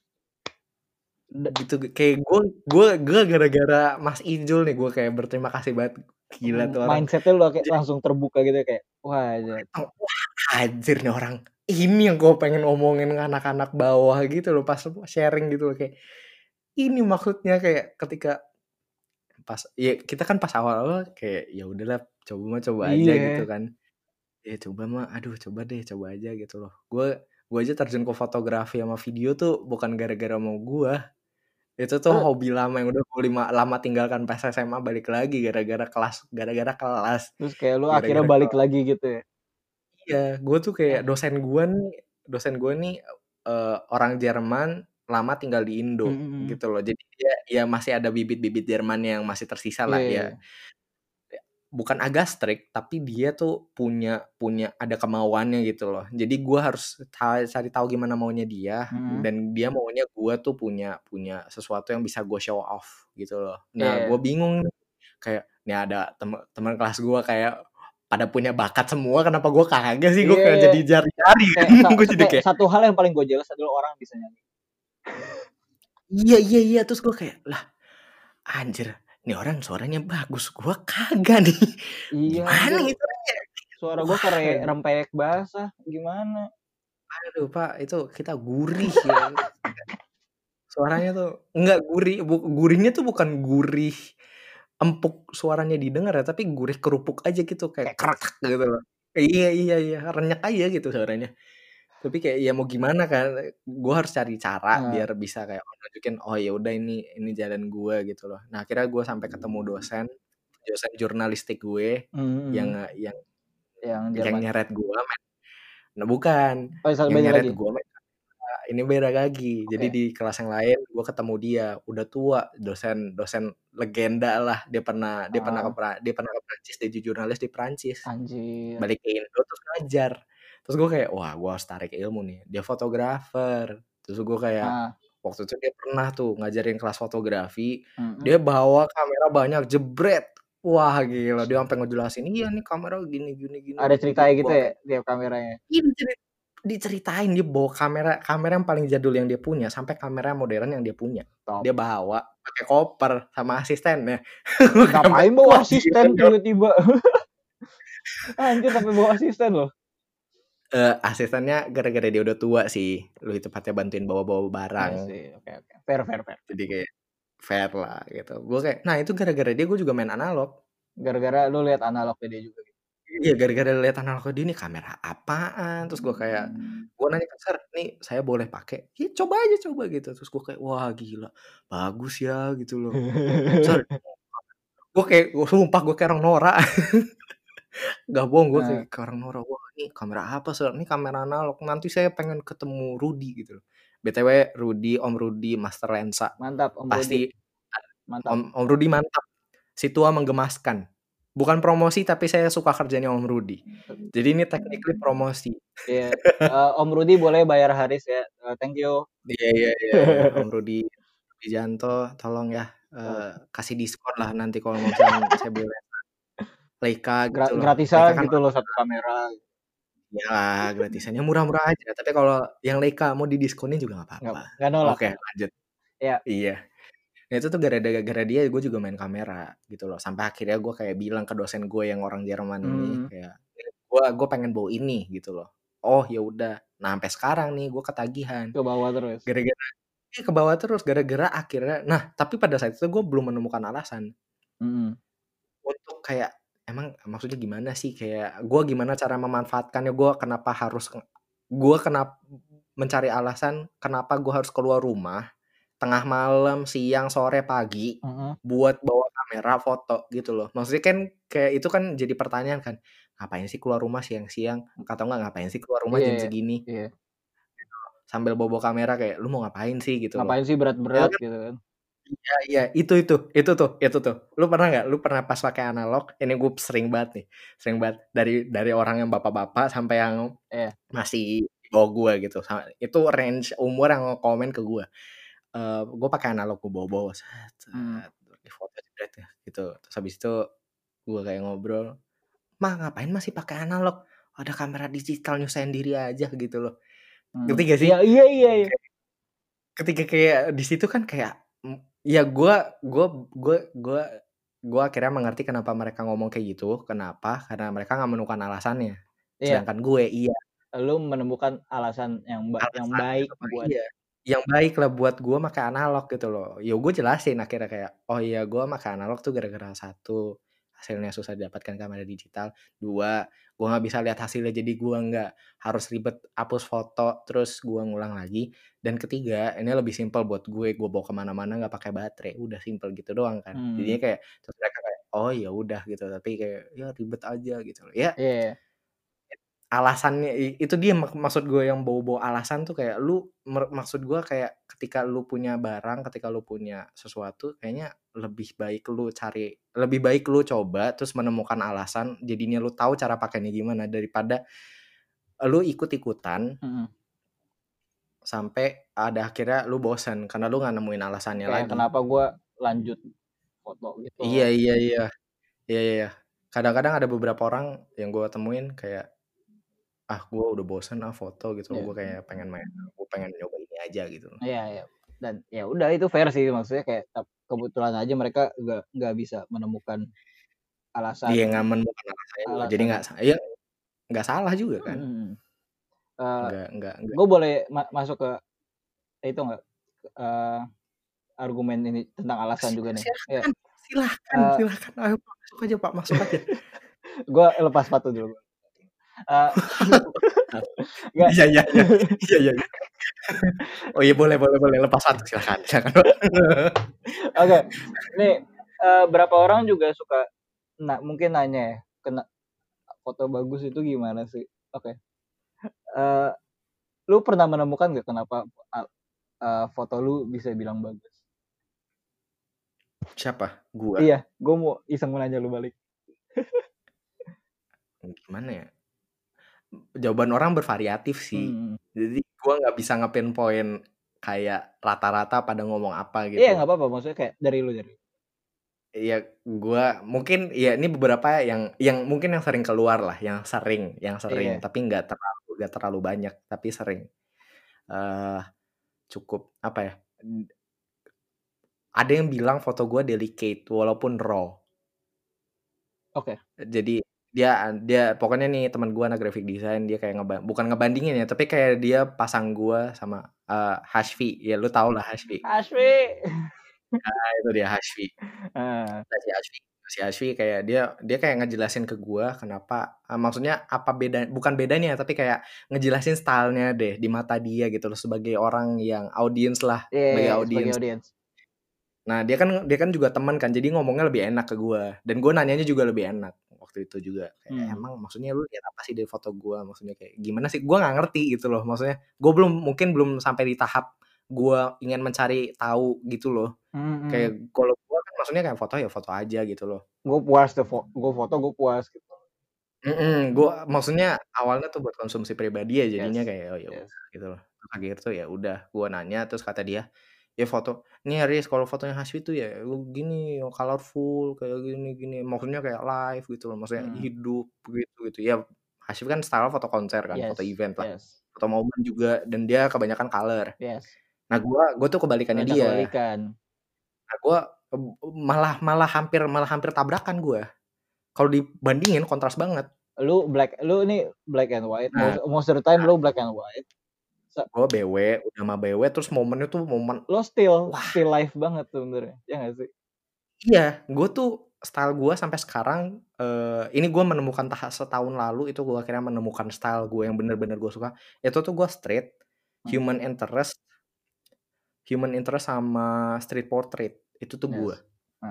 De Gitu, kayak gue gue gue gara-gara Mas Ijul nih, gue kayak berterima kasih banget. Gila Mmm, tuh orang. mindset-nya lu kayak Ja langsung terbuka gitu ya, kayak, wah ja Wah, anjir nih orang, ini yang gue pengen omongin ke anak-anak bawah gitu loh, pas sharing gitu loh, kayak ini maksudnya kayak ketika pas ya kita kan pas awal-awal kayak ya udahlah coba mah coba aja gitu iya. kan. Ya coba mah, aduh coba deh, coba aja gitu loh. Gue gue aja terjun ke fotografi sama video tuh bukan gara-gara mau gue. Itu tuh Terus hobi lama yang udah gue lima lama tinggalkan pas S M A, balik lagi gara-gara kelas gara-gara kelas, terus kayak lu akhirnya gara-gara balik kelas. lagi gitu ya? Iya, gue tuh kayak Eh. dosen gue nih dosen gue nih, eee, orang Jerman lama tinggal di Indo Mhm mhm. gitu loh. Jadi dia ya masih ada bibit-bibit Jerman yang masih tersisa Iya lah iya ya. iya. Ya, bukan agak strict, tapi dia tuh punya punya ada kemauannya gitu loh. Jadi gue harus ca cari tahu gimana maunya dia, Mhm. dan dia maunya gue tuh punya punya sesuatu yang bisa gue show off gitu loh. Nah, gue Iya. bingung nih, kayak nih ada temen temen kelas gue kayak pada punya bakat semua, kenapa gue kagak sih? Gue Iya kayak iya. jadi jari-jari kan, Kayak sa gue sa jadi kayak kayak satu hal yang paling gue jealous adalah orang bisa nyanyi. iya iya iya, terus gue kayak, "Lah, anjir, nih orang suaranya bagus, gue kagak nih, Iya gimana anjir, nih caranya?" suara gua Wah, kere anjir. rempeyek basah, gimana? Aduh, Pak, itu kita gurih ya. Suaranya tuh enggak gurih, bu gurihnya tuh bukan gurih empuk suaranya didengar ya, tapi gurih kerupuk aja gitu, kayak Kayak krek gitu loh. Iya iya iya, renyek aja gitu suaranya. Tapi kayak ya mau gimana kan, gue harus cari cara heeh. biar bisa kayak oh nunjukin, oh ya udah ini ini jalan gue gitu loh. Nah, akhirnya gue sampai ketemu dosen, dosen jurnalistik gue Mhm yang mhm. yang Yang yang Jerman. nyeret gue men nah bukan, Oh, sa yang beda nyeret lagi? gue main kamera, ini beda lagi. Jadi Oke. di kelas yang lain gue ketemu dia, udah tua, dosen dosen legenda lah, dia pernah dia pernah ke Heeh. Pra dia pernah ke Prancis, jadi jurnalis di Prancis. Anjir. Balik ke Indo terus ngajar. Terus gue kayak, wah gue harus tarik ilmu nih. Dia fotografer. Terus gue kayak, Heeh. waktu itu dia pernah tuh ngajarin kelas fotografi, Mhm. dia bawa kamera banyak, jebret. Wah gila, dia sampai ngejelasin, iya nih kamera gini gini gini Ada gini ceritanya gitu. gitu Gue ya, sampai tiap kameranya? iya diceri diceritain dia bawa kamera kamera yang paling jadul yang dia punya, sampai kamera modern yang dia punya. Top. Dia bawa pakai koper sama asistennya. Sampai, Ngapain bawa wah gila asisten nih orang. tiba-tiba? Anjir sampai bawa asisten loh. Eee, asistennya gara-gara dia udah tua sih, lebih tepatnya bantuin bawa-bawa I barang. see, oke oke. Fair fair fair. Jadi kayak fair lah gitu. Gue kayak nah itu gara-gara dia gue juga main analog. Gara-gara lu lihat analognya dia juga gitu? Iya, gara-gara lihat analog dia, "Ini kamera apaan?" Terus gue kayak gue nanya kan, "Sir, nih saya boleh pakai?" "Iya coba aja, coba," gitu. Terus gue kayak, "Wah gila, bagus ya," gitu loh. "Sir," gue kayak gue sumpah gue kayak orang norak. Nggak bohong, gue kayak Heeh. kayak orang norak, "Wah ini kamera apa, Sir?" "Ini kamera analog, nanti saya pengen ketemu Rudy," gitu loh. B T W Rudy, Om Rudy, Master Lensa. Mantap Om Rudi, Pasti mantap. Om Om Rudy mantap, si tua menggemaskan. Bukan promosi, tapi saya suka kerjanya Om Rudy. Jadi ini technically promosi. Iya, eee, Om Rudi boleh bayar Haris ya, eee, thank you. Iya iya iya iya, Om Rudy Rudijanto tolong ya, eee, Oke. kasih diskon lah nanti kalau misalkan saya beli lensa Leica Gra gitu loh. Leica gratisan kan gitu loh satu kamera. iyalah gratisan, yang murah-murah aja, tapi kalau yang Leica mau didiskonin juga nggak Nggak apa-apa. nggak nolak Oke ya? lanjut. Iya. Iya. Nah itu tuh gara-gara dia gue juga main kamera gitu loh, sampai akhirnya gue kayak bilang ke dosen gue yang orang Jerman ini Mmm. kayak, "Gue gue pengen bawa ini," gitu loh. "Oh ya udah." Nah sampai sekarang nih gue ketagihan. Ke bawah terus? Gara-gara iya ke bawah terus, gara-gara akhirnya nah tapi pada saat itu gue belum menemukan alasan Mhm. untuk kayak, emang maksudnya gimana sih, kayak gue gimana cara memanfaatkannya, gue kenapa harus gue kenap mencari alasan kenapa gue harus keluar rumah tengah malam, siang, sore, pagi Mhm. buat bawa kamera foto gitu loh. Maksudnya kan kayak itu kan jadi pertanyaan kan, ngapain sih keluar rumah siang-siang? Atau enggak ngapain sih keluar rumah Iya jam iya segini? iya. Gitu, sambil bawa-bawa kamera kayak, "Lu mau ngapain sih?" Gitu loh. Ngapain sih Itu berat-berat kan gitu kan. iya iya, itu itu, itu tuh itu tuh. Lu pernah nggak, lu pernah pas pakai analog, ini gue sering banget nih, sering banget dari dari orang yang bapak-bapak sampai yang Iya. masih di bawah gua gitu, sa itu range umur yang komen ke gua, eee, gua pakai analog, gua bawa-bawa, set Hmm. set, di foto jebret ya gitu. Terus habis itu gua kayak ngobrol, "Mah, ngapain masih pakai analog? Ada kamera digital nyusahin diri aja," gitu loh. Hmm. Ngerti gak sih? Iya iya iya iya. Kayak ketika kayak di situ kan kayak, mmm, ya gua gua gua gua gua akhirnya mengerti kenapa mereka ngomong kayak gitu. Kenapa? Karena mereka nggak menemukan alasannya. Iya. Sedangkan gue iya. Lu menemukan alasan yang ba yang Alasan gitu, baik Pak, buat iya. Yang baik lah buat gue pakai analog gitu loh. Ya gue jelasin akhirnya kayak, "Oh iya gue pakai analog tuh gara-gara satu, hasilnya susah didapatkan kamera digital. Dua, gue nggak bisa lihat hasilnya jadi gue nggak harus ribet hapus foto terus gue ngulang lagi. Dan ketiga, ini lebih simpel buat gue, gue bawa ke mana-mana nggak pakai baterai." Udah simpel gitu doang kan. Jadinya hmm. kayak terus mereka kayak, "Oh ya udah," gitu. Tapi kayak, "Ya ribet aja," gitu loh. Ya Iya. alasannya i itu dia mak maksud gue yang bawa-bawa alasan tuh kayak lu mer maksud gue kayak ketika lu punya barang, ketika lu punya sesuatu kayaknya lebih baik lu cari lebih baik lu coba terus menemukan alasan jadinya lu tahu cara pakainya gimana daripada lu ikut-ikutan Mhm. sampai ada akhirnya lu bosen karena lu nggak nemuin alasannya Kayak lagi. kenapa gua lanjut foto Iya gitu. iya iya. Iya iya. Kadang-kadang ada beberapa orang yang gue temuin kayak, "Ah, gue udah bosen ah foto," gitu loh, Iya. "gue kayak pengen main gue pengen nyoba ini aja," gitu loh. Iya iya. Dan ya udah itu fair sih maksudnya kayak tep kebetulan aja mereka nggak nggak bisa menemukan alasan Iya, nggak menemukan alasannya juga, jadi alasan nggak sa iya, nggak salah juga kan, mhm. Eee, nggak nggak nggak gue boleh ma masuk ke itu nggak, eee, argumen ini tentang alasan si juga nih? Iya, silahkan silahkan eee, silahkan, ayo Pak, masuk aja Pak, masuk aja. gue lepas sepatu dulu, eee, nggak Iya iya iya, iya iya iya. Oh iya, boleh boleh boleh, lepas satu silakan silakan Pak. oke, nih, eee, berapa orang juga suka na mungkin nanya ya, kena foto bagus itu gimana sih? Oke, eee, lu pernah menemukan nggak kenapa a eee, foto lu bisa bilang bagus? Siapa? Gua? Iya, gue mau iseng mau nanya lu balik. Gimana ya, jawaban orang bervariatif sih, Mhm. jadi gua nggak bisa nge-pinpoint kayak rata-rata pada ngomong apa Iya, gitu nggak loh. apa-apa, maksudnya kayak dari lu dari lu. Iya, gua mungkin ya ini beberapa yang yang mungkin yang sering keluar lah, yang sering yang sering, Iya tapi nggak terlalu nggak terlalu banyak, tapi sering. Eee, cukup apa ya, mmm, ada yang bilang foto gua delicate walaupun raw. oke. Jadi dia dia pokoknya nih teman gua anak graphic design, dia kayak ngeba bukan ngebandingin ya, tapi kayak dia pasang gua sama, eee, Hashvi, ya lu tau lah Hashvi. Asri. Nah itu dia Hashvi. Heeh. Nah si Hashvi si Hashvi kayak dia dia kayak ngejelasin ke gua kenapa, eee, maksudnya apa beda bukan bedanya, tapi kayak ngejelasin style-nya deh di mata dia gitu loh sebagai orang yang audiens lah, Iya iya sebagai iya, sebagai audiens. audiens. Nah dia kan dia kan juga teman kan, jadi ngomongnya lebih enak ke gua, dan gua nanyanya juga lebih enak waktu itu juga, kayak, Mmm. "Emang maksudnya lu lihat apa sih dari foto gua?" Maksudnya kayak gimana sih, gua nggak ngerti gitu loh, maksudnya gua belum mungkin belum sampai di tahap gua ingin mencari tahu gitu loh. Mhm. Kayak kalau gua kan maksudnya kayak foto ya foto aja gitu loh. Gue puas tuh fo gue foto gue puas gitu. Mhm, gua maksudnya awalnya tuh buat konsumsi pribadi ya jadinya Yes. kayak, oh ya Yes. udah gitu loh. Terus akhirnya tuh ya udah gua nanya terus kata dia, "Ya foto nih Haris kalau fotonya Hasbi tuh ya lu gini, colorful kayak gini gini." Maksudnya kayak live gitu loh, maksudnya Mmm. hidup gitu gitu. Ya Hasbi kan style foto konser kan, foto Yes. event lah, Yes. foto momen juga dan dia kebanyakan color. Yes. Nah gua gua tuh kebalikannya Ada dia. kebalikan. Nah gua, eb malah malah hampir malah hampir tabrakan gua. Kalau dibandingin kontras banget. Lu black lu nih black and white, Nah most most of the time lu black and white. Se Gua B W, udah mah B W terus momennya tuh momen lo still wah still life banget sebenarnya, ya nggak sih? iya, gua tuh style gua sampai sekarang, eee, ini gua menemukan taha setahun lalu itu gua akhirnya menemukan style gua yang bener-bener gua suka, itu tuh gua street, Mhm. human interest human interest sama street portrait, itu tuh gua. Yes. Heeh.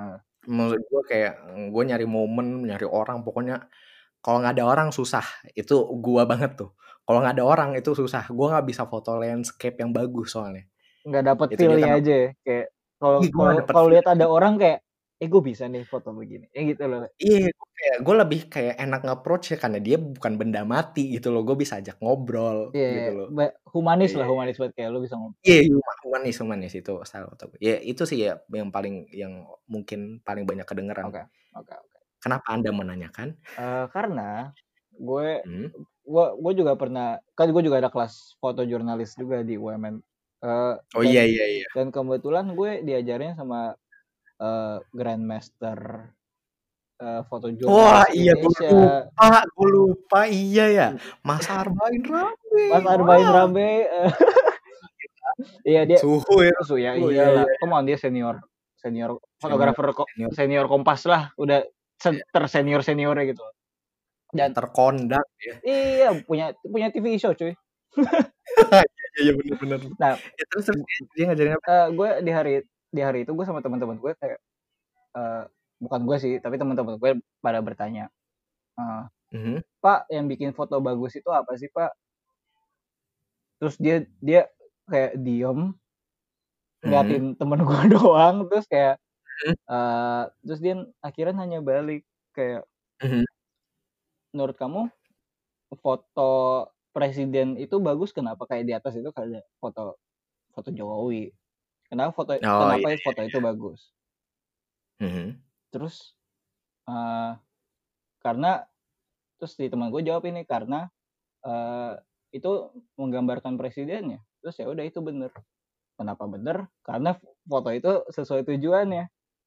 Menurut gue kayak gue nyari momen, nyari orang, pokoknya kalau nggak ada orang susah. Itu gua banget tuh. Kalau nggak ada orang itu susah. Gua nggak bisa foto landscape yang bagus soalnya. Nggak dapet Itu dia feel-nya kenapa. aja ya. Kayak kalau Iya, gue kalau nggak dapet kalau feel. lihat ada orang kayak, eh gue bisa nih foto begini. Ya gitu loh. Iya, gue kayak gue lebih kayak enak nge-approach ya karena dia bukan benda mati gitu loh. Gue bisa ajak ngobrol Iya, gitu yeah, loh. humanis Iya, lah, iya. humanis banget kayak lu bisa ngobrol. Iya, huma humanis humanis itu style foto gue. Ya itu sih ya yang paling yang mungkin paling banyak kedengeran. Oke, oke, oke. Kenapa Anda menanyakan? Eh, karena gue Hmm? gue gue juga pernah, kan gue juga ada kelas foto jurnalis juga di U M N. Eh, Oh dan iya iya iya. dan kebetulan gue diajarin sama eh, Grandmaster eh, foto Wah, jurnalis iya gue Indonesia, lupa, gue lupa, iya ya. Mas Arbain Rambe. Mas Arbain Wow. Rambe. eh, iya dia Suhu ya. su ya Oh iya iyalah, iya. come on, dia senior senior Senior fotografer kok, senior senior Kompas lah, udah ya, tersenior seniornya gitu. ya Dan terkondang ya. iya punya punya T V show cuy. Iya iya bener bener. Nah, Ya terus terus dia, dia ngajarin apa? eh, gue di hari di hari itu gue sama teman-teman gue kayak, eh, bukan gue sih tapi teman-teman gue pada bertanya, eh, Mhm. Pak yang bikin foto bagus itu apa sih Pak? Terus dia dia kayak diem Mhm. ngeliatin temen gue doang, terus kayak Mhm. eh terus dia akhirnya nanya balik kayak, Mhm. menurut kamu foto presiden itu bagus kenapa? Kayak di atas itu kayak foto foto Jokowi. Kenapa foto Oh iya kenapa foto iya. itu bagus? Mhm. Terus eh karena terus si teman gue jawab ini karena eh itu menggambarkan presidennya. Terus ya udah itu bener. Kenapa bener? Karena foto itu sesuai tujuannya.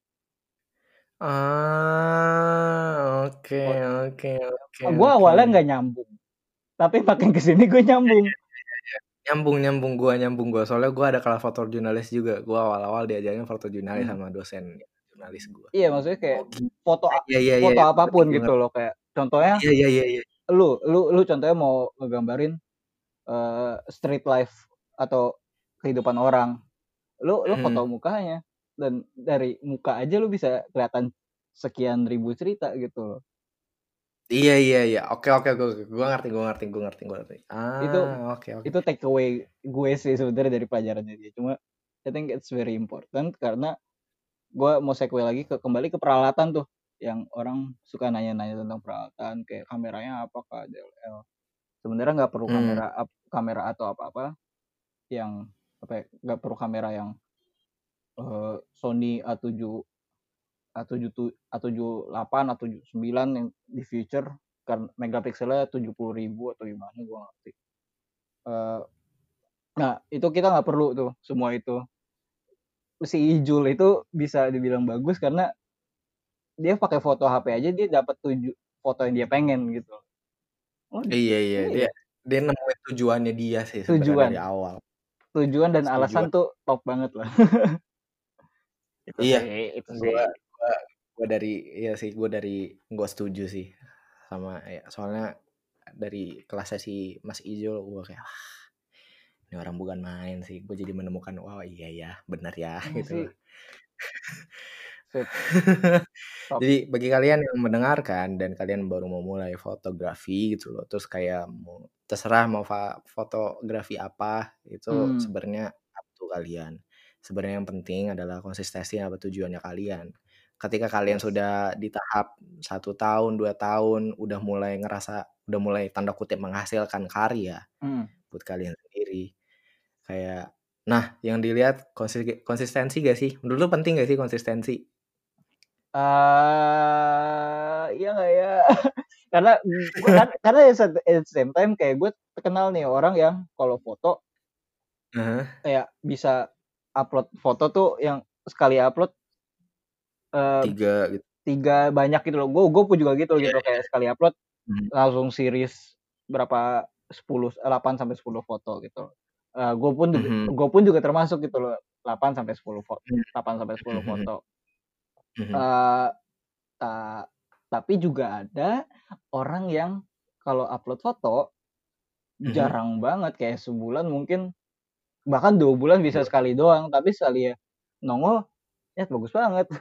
Ah, oke oke oke Gue oke. awalnya nggak nyambung, tapi makin kesini gue nyambung. Nyambung nyambung gua nyambung gua. Soalnya gua ada kelas foto jurnalis juga. Gua awal-awal diajarin foto jurnalis Hmm. sama dosen jurnalis gua. Iya maksudnya kayak Oh gitu. foto Iya iya iya. foto Gua ngerti apapun gua gitu ngerti. loh, kayak contohnya Iya iya iya iya. lu lu lu contohnya mau ngegambarin eh, street life atau kehidupan orang, lu lu foto Mhm. mukanya dan dari muka aja lu bisa kelihatan sekian ribu cerita gitu loh. Iya iya iya. Oke oke gua gua ngerti gua ngerti gua ngerti gua ngerti. Itu Ah, oke oke. itu take away gue sih sebenarnya dari pelajarannya dia, cuma I think it's very important karena gue mau segue lagi ke kembali ke peralatan tuh, yang orang suka nanya-nanya tentang peralatan kayak kameranya apakah D S L R. Sebenarnya nggak perlu Hmm. kamera up, kamera atau apa-apa yang apa ya, nggak perlu kamera yang eh, Sony A tujuh A tujuh A tujuh delapan A tujuh sembilan yang di future kan megapikselnya tujuh puluh ribu atau gimana gue ngerti. Eh, nah itu kita nggak perlu tuh semua itu. Si Ijul itu bisa dibilang bagus karena dia pakai foto H P aja dia dapat tujuh foto yang dia pengen gitu. Oh, Iya iya. Dia iya, dia nemuin tujuannya dia sih sebenarnya dari tujuan. awal. Tujuan dan alasan Tujuan. tuh top banget lah. Itu Iya. sih, itu sih. Gua gua gua dari iya sih gua dari gua setuju sih sama ya soalnya dari kelasnya si Mas Ijul gua kayak wah, ini orang bukan main sih. Gue jadi menemukan wow iya ya benar ya Iya gitu sih, loh. sip, top. Jadi bagi kalian yang mendengarkan dan kalian baru mau mulai fotografi gitu loh, terus kayak mau terserah mau fa- fotografi apa itu Hmm, sebenarnya up to kalian. Sebenarnya yang penting adalah konsistensi apa tujuannya kalian. Ketika kalian yes. sudah di tahap satu tahun, dua tahun, udah mulai ngerasa, udah mulai tanda kutip menghasilkan karya Hmm. buat kalian sendiri. Kayak, nah yang dilihat konsis- konsistensi gak sih? Menurut lu penting gak sih konsistensi? Ah, iya nggak ya? Karena gua kan karena at the same time kayak gue terkenal nih orang yang kalau foto Heeh, kayak bisa upload foto tuh yang sekali upload eh, tiga gitu. tiga banyak gitu loh. Gue gue pun juga gitu Iya gitu iya. kayak sekali upload Mhm langsung series berapa sepuluh delapan sampai sepuluh foto gitu. Eh gue pun mhm gue pun juga termasuk gitu loh, delapan sampai sepuluh foto, mhm delapan sampai sepuluh mhm foto. mhm Eh ta- tapi juga ada orang yang kalau upload foto mhm. jarang banget kayak sebulan mungkin bahkan dua bulan bisa Dua sekali doang, tapi sekali ya nongol ya bagus banget.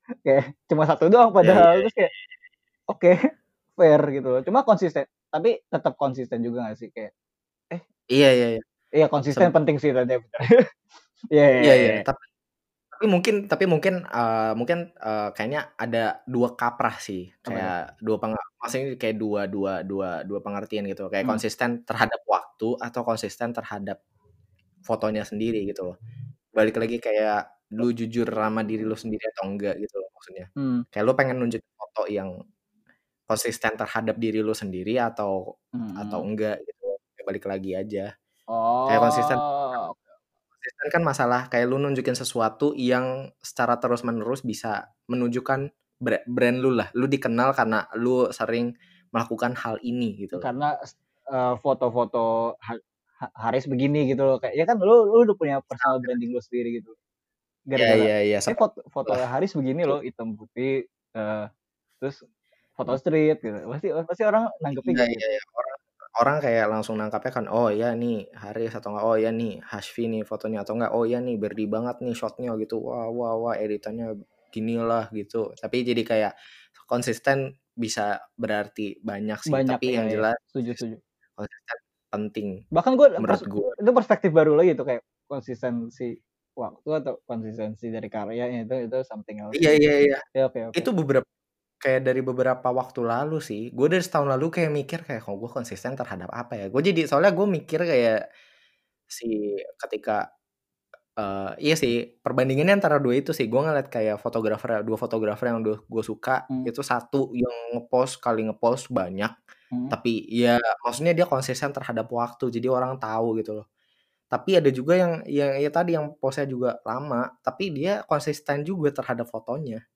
Kayak cuma satu doang Ya, iya, padahal, terus kayak oke, fair gitu loh. Cuma konsisten, tapi tetap konsisten juga gak sih kayak eh iya, iya, iya. iya Seb konsisten penting sih tadi bener. Iya iya iya, iya, iya. tapi tapi mungkin tapi mungkin, eee, mungkin, eee, kayaknya ada dua kaprah sih, Apa tuh? kayak dua penga maksudnya kayak dua dua dua dua pengertian gitu, kayak Hmm, konsisten terhadap waktu atau konsisten terhadap fotonya sendiri gitu loh. Balik lagi kayak lu jujur sama diri lu sendiri atau enggak gitu loh maksudnya. hmm, Kayak lu pengen nunjukin foto yang konsisten terhadap diri lu sendiri atau atau mhm. enggak gitu, kayak balik lagi aja. Kayak konsisten Oh, konsisten kan masalah kayak lu nunjukin sesuatu yang secara terus-menerus bisa menunjukkan bra brand lu lah, lu dikenal karena lu sering melakukan hal ini gitu loh. karena eee, foto-foto ha ha Haris begini gitu loh, kayak ya kan lu lu udah punya personal branding lu sendiri gitu. Iya, Gara-gara, iya, iya, eh, seperti foto foto itulah. Haris begini Betul. loh, hitam putih, eee, terus foto street gitu, pasti pasti orang nanggepnya Iya, kayak iya, gitu. iya, orang orang kayak langsung nangkapnya kan, "Oh ya nih Haris," atau enggak, "Oh ya nih Hasfi nih fotonya," atau enggak, "Oh ya nih Berdi banget nih shot-nya," gitu. "Wah, wah, wah editannya ginilah," gitu. Tapi jadi kayak konsisten bisa berarti banyak sih, Banyak, tapi iya yang iya, jelas setuju konsis setuju. konsisten penting Bahkan gue pers menurut gua. itu perspektif baru lagi tuh, kayak konsistensi waktu atau konsistensi dari karyanya itu itu something else Iya, sih. iya, iya. Ya, oke oke. Itu beberapa kayak dari beberapa waktu lalu sih, gue dari setahun lalu kayak mikir kayak, "Kok gue konsisten terhadap apa ya?" Gue jadi soalnya gue mikir kayak si ketika Eee, iya sih, perbandingannya antara dua itu sih, gue ngeliat kayak fotografer dua fotografer yang udah gue suka, Mmm, itu satu yang nge-post sekali nge-post banyak, mhm. tapi ya maksudnya dia konsisten terhadap waktu, jadi orang tahu gitu loh. Tapi ada juga yang yang ya tadi yang post-nya juga lama, tapi dia konsisten juga terhadap fotonya,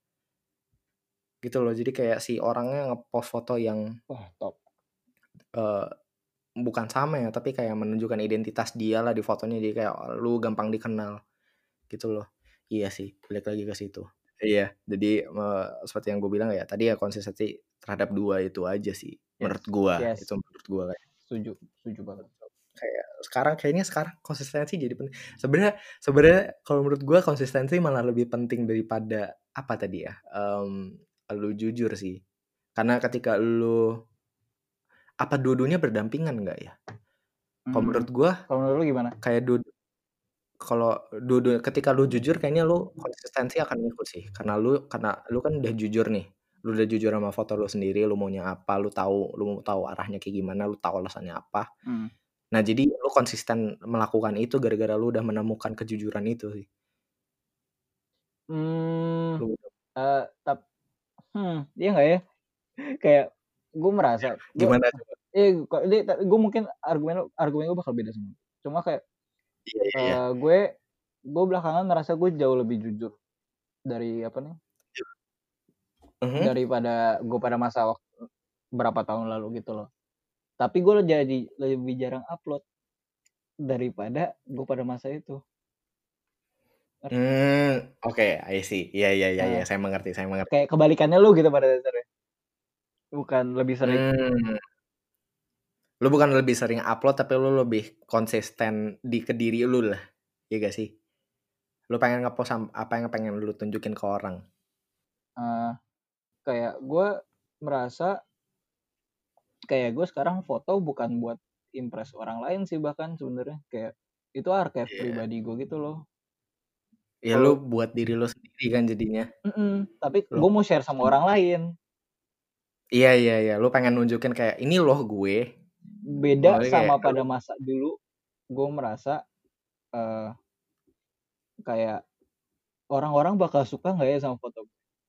gitu loh. Jadi kayak si orangnya nge-post foto yang, Wah, top. eee, bukan sama ya, tapi kayak menunjukkan identitas dialah di fotonya, jadi kayak lu gampang dikenal. Gitu loh. Iya sih, balik lagi ke situ. Iya, jadi, eee, seperti yang gue bilang ya, tadi ya konsistensi terhadap dua itu aja sih, Yes menurut gua, itu yes, menurut gua kayak setuju setuju banget. kayak sekarang kayaknya sekarang konsistensi jadi penting. Sebenarnya sebenarnya kalau menurut gua konsistensi malah lebih penting daripada apa tadi ya, mmm, lu jujur sih. Karena ketika lu apa dua-duanya berdampingan nggak ya? Kalau Mmm, menurut gua kalau menurut lu gimana? kayak dua kalau dua-dua ketika lu jujur kayaknya lu konsistensi akan ngikut sih, karena lu karena lu kan udah jujur nih, lu udah jujur sama foto lu sendiri, lu maunya apa, lu tahu lu mau tahu arahnya kayak gimana, lu tahu alasannya apa. Mhm. Nah, jadi lu konsisten melakukan itu gara-gara lu udah menemukan kejujuran itu sih. Mmm, Lu eee, tap hmm, iya nggak ya? Kayak gue merasa, gue gimana coba? eh, kok ini gue mungkin argumen lu argumen gue bakal beda sama lu. Cuma kayak, Iya, iya, iya. eee, gue gue belakangan merasa gue jauh lebih jujur dari apa nih, Mhm. daripada gue pada masa wak berapa tahun lalu gitu loh. Tapi gue jadi lebih jarang upload daripada gue pada masa itu. Ngerti nggak? Mmm, oke, I see. Iya, iya, iya, iya, Nah, saya mengerti, saya mengerti. kayak kebalikannya lu gitu pada dasarnya. Bukan lebih sering, Mmm, lu bukan lebih sering upload, tapi lu lebih konsisten di ke diri lu lah, iya gak sih? Lu pengen nge-post sam apa yang pengen lu tunjukin ke orang. eee, kayak gue merasa kayak gue sekarang foto bukan buat impress orang lain sih bahkan sebenarnya, kayak itu archive Iya. pribadi gue gitu loh. Ya lu Kalau buat diri lu sendiri kan jadinya. mhm, tapi Lu gue mau share sama orang lain. iya, iya, iya, lu pengen nunjukin kayak, "Ini loh gue." Beda Maksudnya kayak sama lu pada masa dulu, gue merasa, eee, kayak orang-orang bakal suka nggak ya sama foto.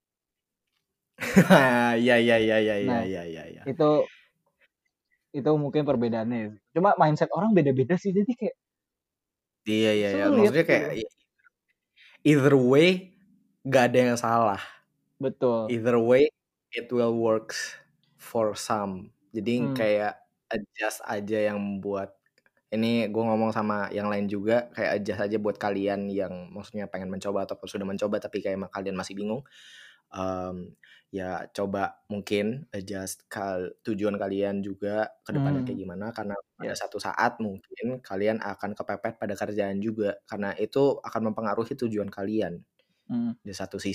iya, iya, iya, iya, iya, Nah, iya, iya, iya. itu itu mungkin perbedaannya sih. Cuma mindset orang beda-beda sih, jadi kayak Iya, iya, iya, sulit maksudnya kayak gitu. i either way gak ada yang salah. Betul. Either way it will works for some. Jadi Mmm, kayak adjust aja yang buat ini gue ngomong sama yang lain juga, kayak adjust aja buat kalian yang maksudnya pengen mencoba ataupun sudah mencoba tapi kayak ma kalian masih bingung. Mmm, ya coba mungkin adjust kal tujuan kalian juga ke depannya kayak mhm, gimana, karena pada yes, satu saat mungkin kalian akan kepepet pada kerjaan juga, karena itu akan mempengaruhi tujuan kalian mhm. di satu sisi.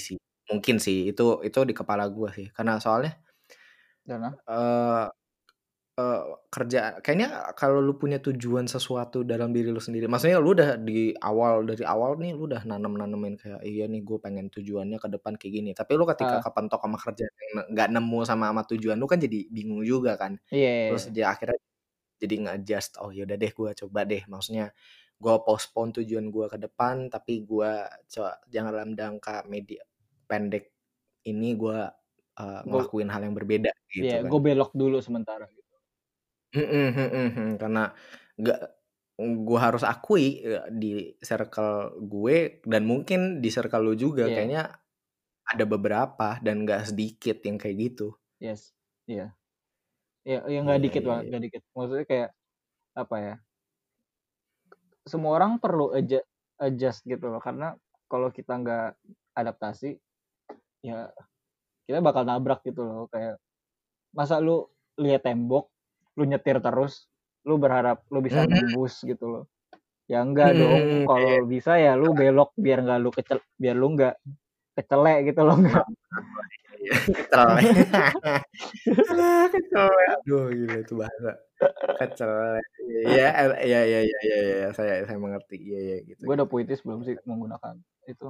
Mungkin sih itu itu di kepala gue sih. Karena soalnya Karena eh eh, kerja kayaknya kalau lu punya tujuan sesuatu dalam diri lu sendiri. Maksudnya lu udah di awal dari awal nih lu udah nanam-nanemin kayak iya nih gue pengen tujuannya ke depan kayak gini. Tapi lu ketika ah kepentok sama kerjaan yang nggak nemu sama sama tujuan lu kan jadi bingung juga kan. iya, Terus iya. dia akhirnya jadi nge-adjust, oh yaudah deh gue coba deh. Maksudnya gue postpone tujuan gue ke depan, tapi gue coba jangan dalam jangka media pendek ini gue uh, Gue ngelakuin hal yang berbeda iya, gitu kan. gue belok dulu sementara gitu. Mhm mhm mhm, karena nggak gue harus akui ya, di circle gue dan mungkin di circle lu juga Iya, kayaknya ada beberapa dan nggak sedikit yang kayak gitu. yes. Iya. Iya, ya nggak Iya dikit iya banget, iya. nggak dikit. Maksudnya kayak apa ya? Semua orang perlu adjust, adjust gitu loh, karena kalau kita nggak adaptasi, ya kita bakal nabrak gitu loh. Kayak masa lu lihat tembok, lu nyetir terus, lu berharap lu bisa Mhm nembus gitu loh. Ya enggak mhm dong. mhm, iya. Kalau bisa ya lu belok biar nggak lu kecel, biar lu nggak kecelek gitu loh nggak. Iya, kecelek. Ah, kecelek. Aduh gila itu bahasa. Kecelek. Iya, iya iya iya iya iya, saya saya mengerti. Iya iya gitu Gue udah gitu. puitis belum sih menggunakan itu.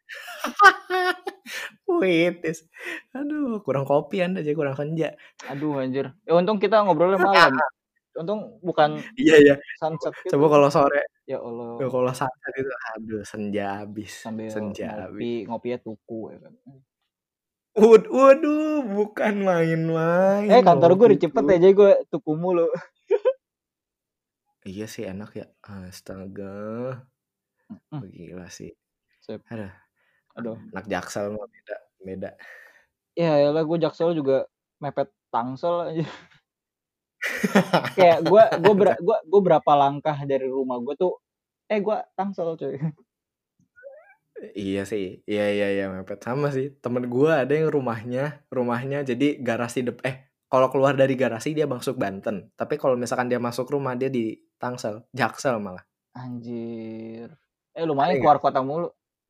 Puitis. Aduh, kurang kopi Anda jadi kurang senja. Aduh anjir. Ya untung kita ngobrolnya malam. Untung bukan Iya iya. Coba sunset coba gitu. kalau sore, Ya Allah. kalau sunset itu aduh senja habis, Sambil senja habis. ngopi, ngopinya tuku ya kan. Wud waduh, bukan main-main Eh kantor gue ngopi udah cepet tuh. ya, jadi gue tuku mulu. Iya sih enak ya. Astaga, Hmm, gila sih. sip. Aduh, Aduh. anak Jaksel mah beda, beda. Ya elah gue Jaksel juga mepet Tangsel aja. Kayak gue gue ber, gue gue berapa langkah dari rumah gue tuh, eh gue Tangsel cuy. Iya sih, iya iya iya mepet sama sih. Temen gua ada yang rumahnya, rumahnya jadi garasi dep eh kalau keluar dari garasi dia masuk Banten. Tapi kalau misalkan dia masuk rumah dia di Tangsel, Jaksel malah. Anjir. Eh Aneh lumayan nggak? keluar kota mulu.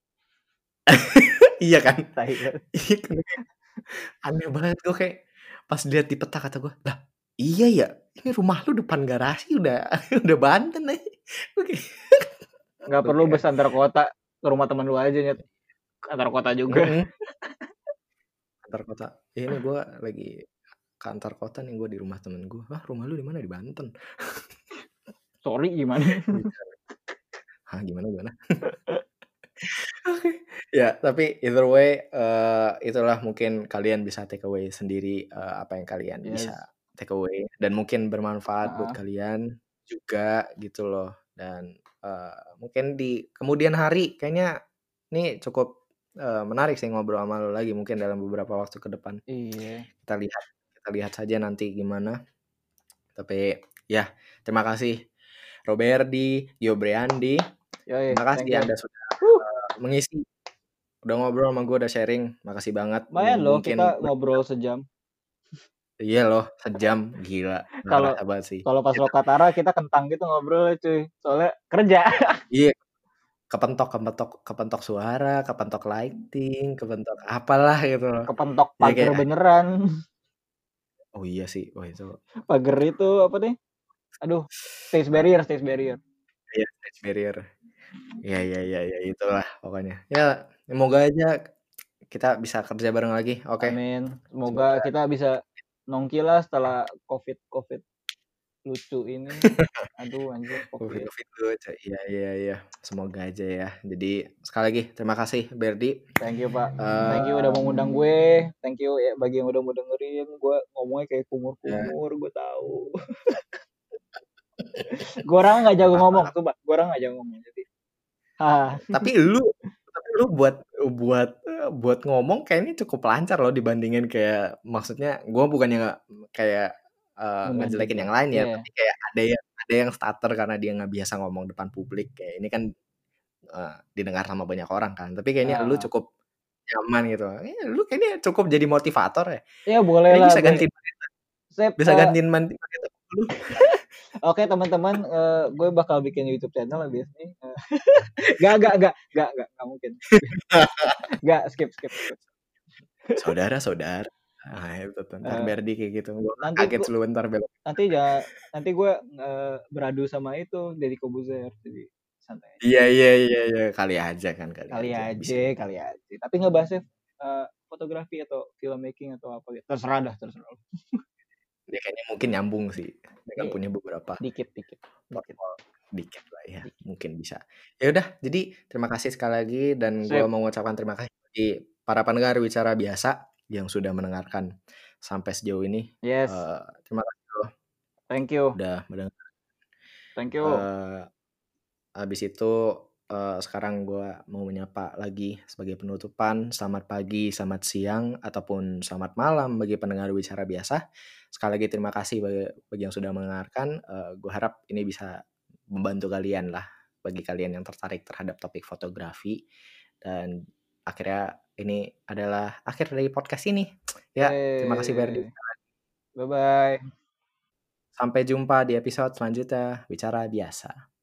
Iya kan? Tai banget. Iya kan? Aneh banget gue kayak pas lihat di peta kata gue, lah iya ya, ini rumah lu depan garasi udah udah Banten nih. Oke. Nggak perlu Oke. bus antar kota, ke rumah temen lu aja nyet. Antar kota juga. Mm-mm. Antar kota. Ini gue lagi kantor kota nih gue di rumah temen gue. Wah rumah lu di mana di Banten? Sorry gimana? Gitu. Hah gimana gimana? Oke. Ya, tapi either way eh, itulah mungkin kalian bisa take away sendiri eh, apa yang kalian bisa Yes. take away dan mungkin bermanfaat buat Ah, kalian juga gitu loh. Dan eh, mungkin di kemudian hari kayaknya ini cukup eh, menarik sih ngobrol sama lo lagi mungkin dalam beberapa waktu ke depan. iya. Kita lihat kita lihat saja nanti gimana. Tapi ya, terima kasih Roberdi, Yobriandi. Yoi, Terima kasih thank you. Anda sudah Huh, eh, mengisi, udah ngobrol sama gue, udah sharing. Makasih banget. lumayan loh Mungkin kita ngobrol sejam. iya loh, sejam gila. Nggak Kalau kerasa banget sih. kalau pas Kita, Lokatara kita kentang gitu ngobrol cuy. Soalnya kerja. iya, kepentok, kepentok, kepentok suara, kepentok lighting, kepentok apalah gitu loh. Kepentok Jadi pagar kayak, ah, beneran. oh iya sih, oh itu, Pagar itu apa nih? Aduh, stage ah, barrier, stage barrier. iya, stage barrier. Iya, iya, iya, iya, itulah pokoknya. Ya, semoga aja kita bisa kerja bareng lagi. Oke, Amin. Semoga semoga kita bisa nongki lah setelah covid covid lucu ini. Aduh anjir covid. Covid-Covid dulu aja. Iya, iya, iya. Semoga aja ya. Jadi sekali lagi terima kasih Berdi. Thank you Pak. Eh Thank you udah mau ngundang gue. Thank you ya bagi yang udah mau dengerin. Gue ngomongnya kayak ya, kumur-kumur. Gue tahu. Gue orang nggak jago ngomong tuh, Pak. Gue orang nggak jago ngomong. Jadi, ah, tapi lu tapi lu buat buat eh, buat ngomong kayaknya cukup lancar loh dibandingin kayak maksudnya gua bukannya nggak kayak eh, ngebanding ngejelekin ya. yang lain ya, Iya. tapi kayak ada yang ada yang stutter karena dia nggak biasa ngomong depan publik kayak ini kan eh, didengar sama banyak orang kan. Tapi kayaknya lu Ah, cukup nyaman gitu. Eh, lu kayaknya cukup jadi motivator ya. ya boleh Kayaknya lah bisa gue. gantiin Sip, bisa eh, gantiin manti gitu lu. oke teman-teman, eh, gue bakal bikin YouTube channel abis ini. Eh, Gak, gak, gak, gak, gak, gak mungkin. Gak, skip, skip, skip. Saudara-saudara. Nah itu tuh, entar Eh, Berdi kayak gitu. Gua nanti kaget gua lu entar belok. nanti ja nanti gue eh, beradu sama itu Deddy Kobuzer, jadi santai aja. Iya iya iya iya, kali aja kan, kali Kali aja bisa aja, jadi. kali aja. Tapi ngebahasnya eh, fotografi atau filmmaking atau apa gitu. Terserah dah, terserah. Ya kayaknya mungkin nyambung sih dengan Iya, punya beberapa dikit, dikit, dikit, portfolio dikit lah ya, dikit. mungkin bisa. Ya udah, jadi terima kasih sekali lagi dan gua Sip. mau mengucapkan terima kasih bagi para pendengar Wicara Biasa yang sudah mendengarkan sampai sejauh ini. Yes. Eh, terima kasih loh Thank you. udah mendengar. Thank you. Eh, habis itu eh, sekarang gua mau menyapa lagi sebagai penutupan. Selamat pagi, selamat siang, ataupun selamat malam bagi pendengar Wicara Biasa. Sekali lagi terima kasih bagi, bagi yang sudah mendengarkan. Eh, gue harap ini bisa membantu kalian lah, bagi kalian yang tertarik terhadap topik fotografi. Dan akhirnya ini adalah akhir dari podcast ini. Ya, terima kasih Berdi. Eh, bye bye. Sampai jumpa di episode selanjutnya Bicara Biasa.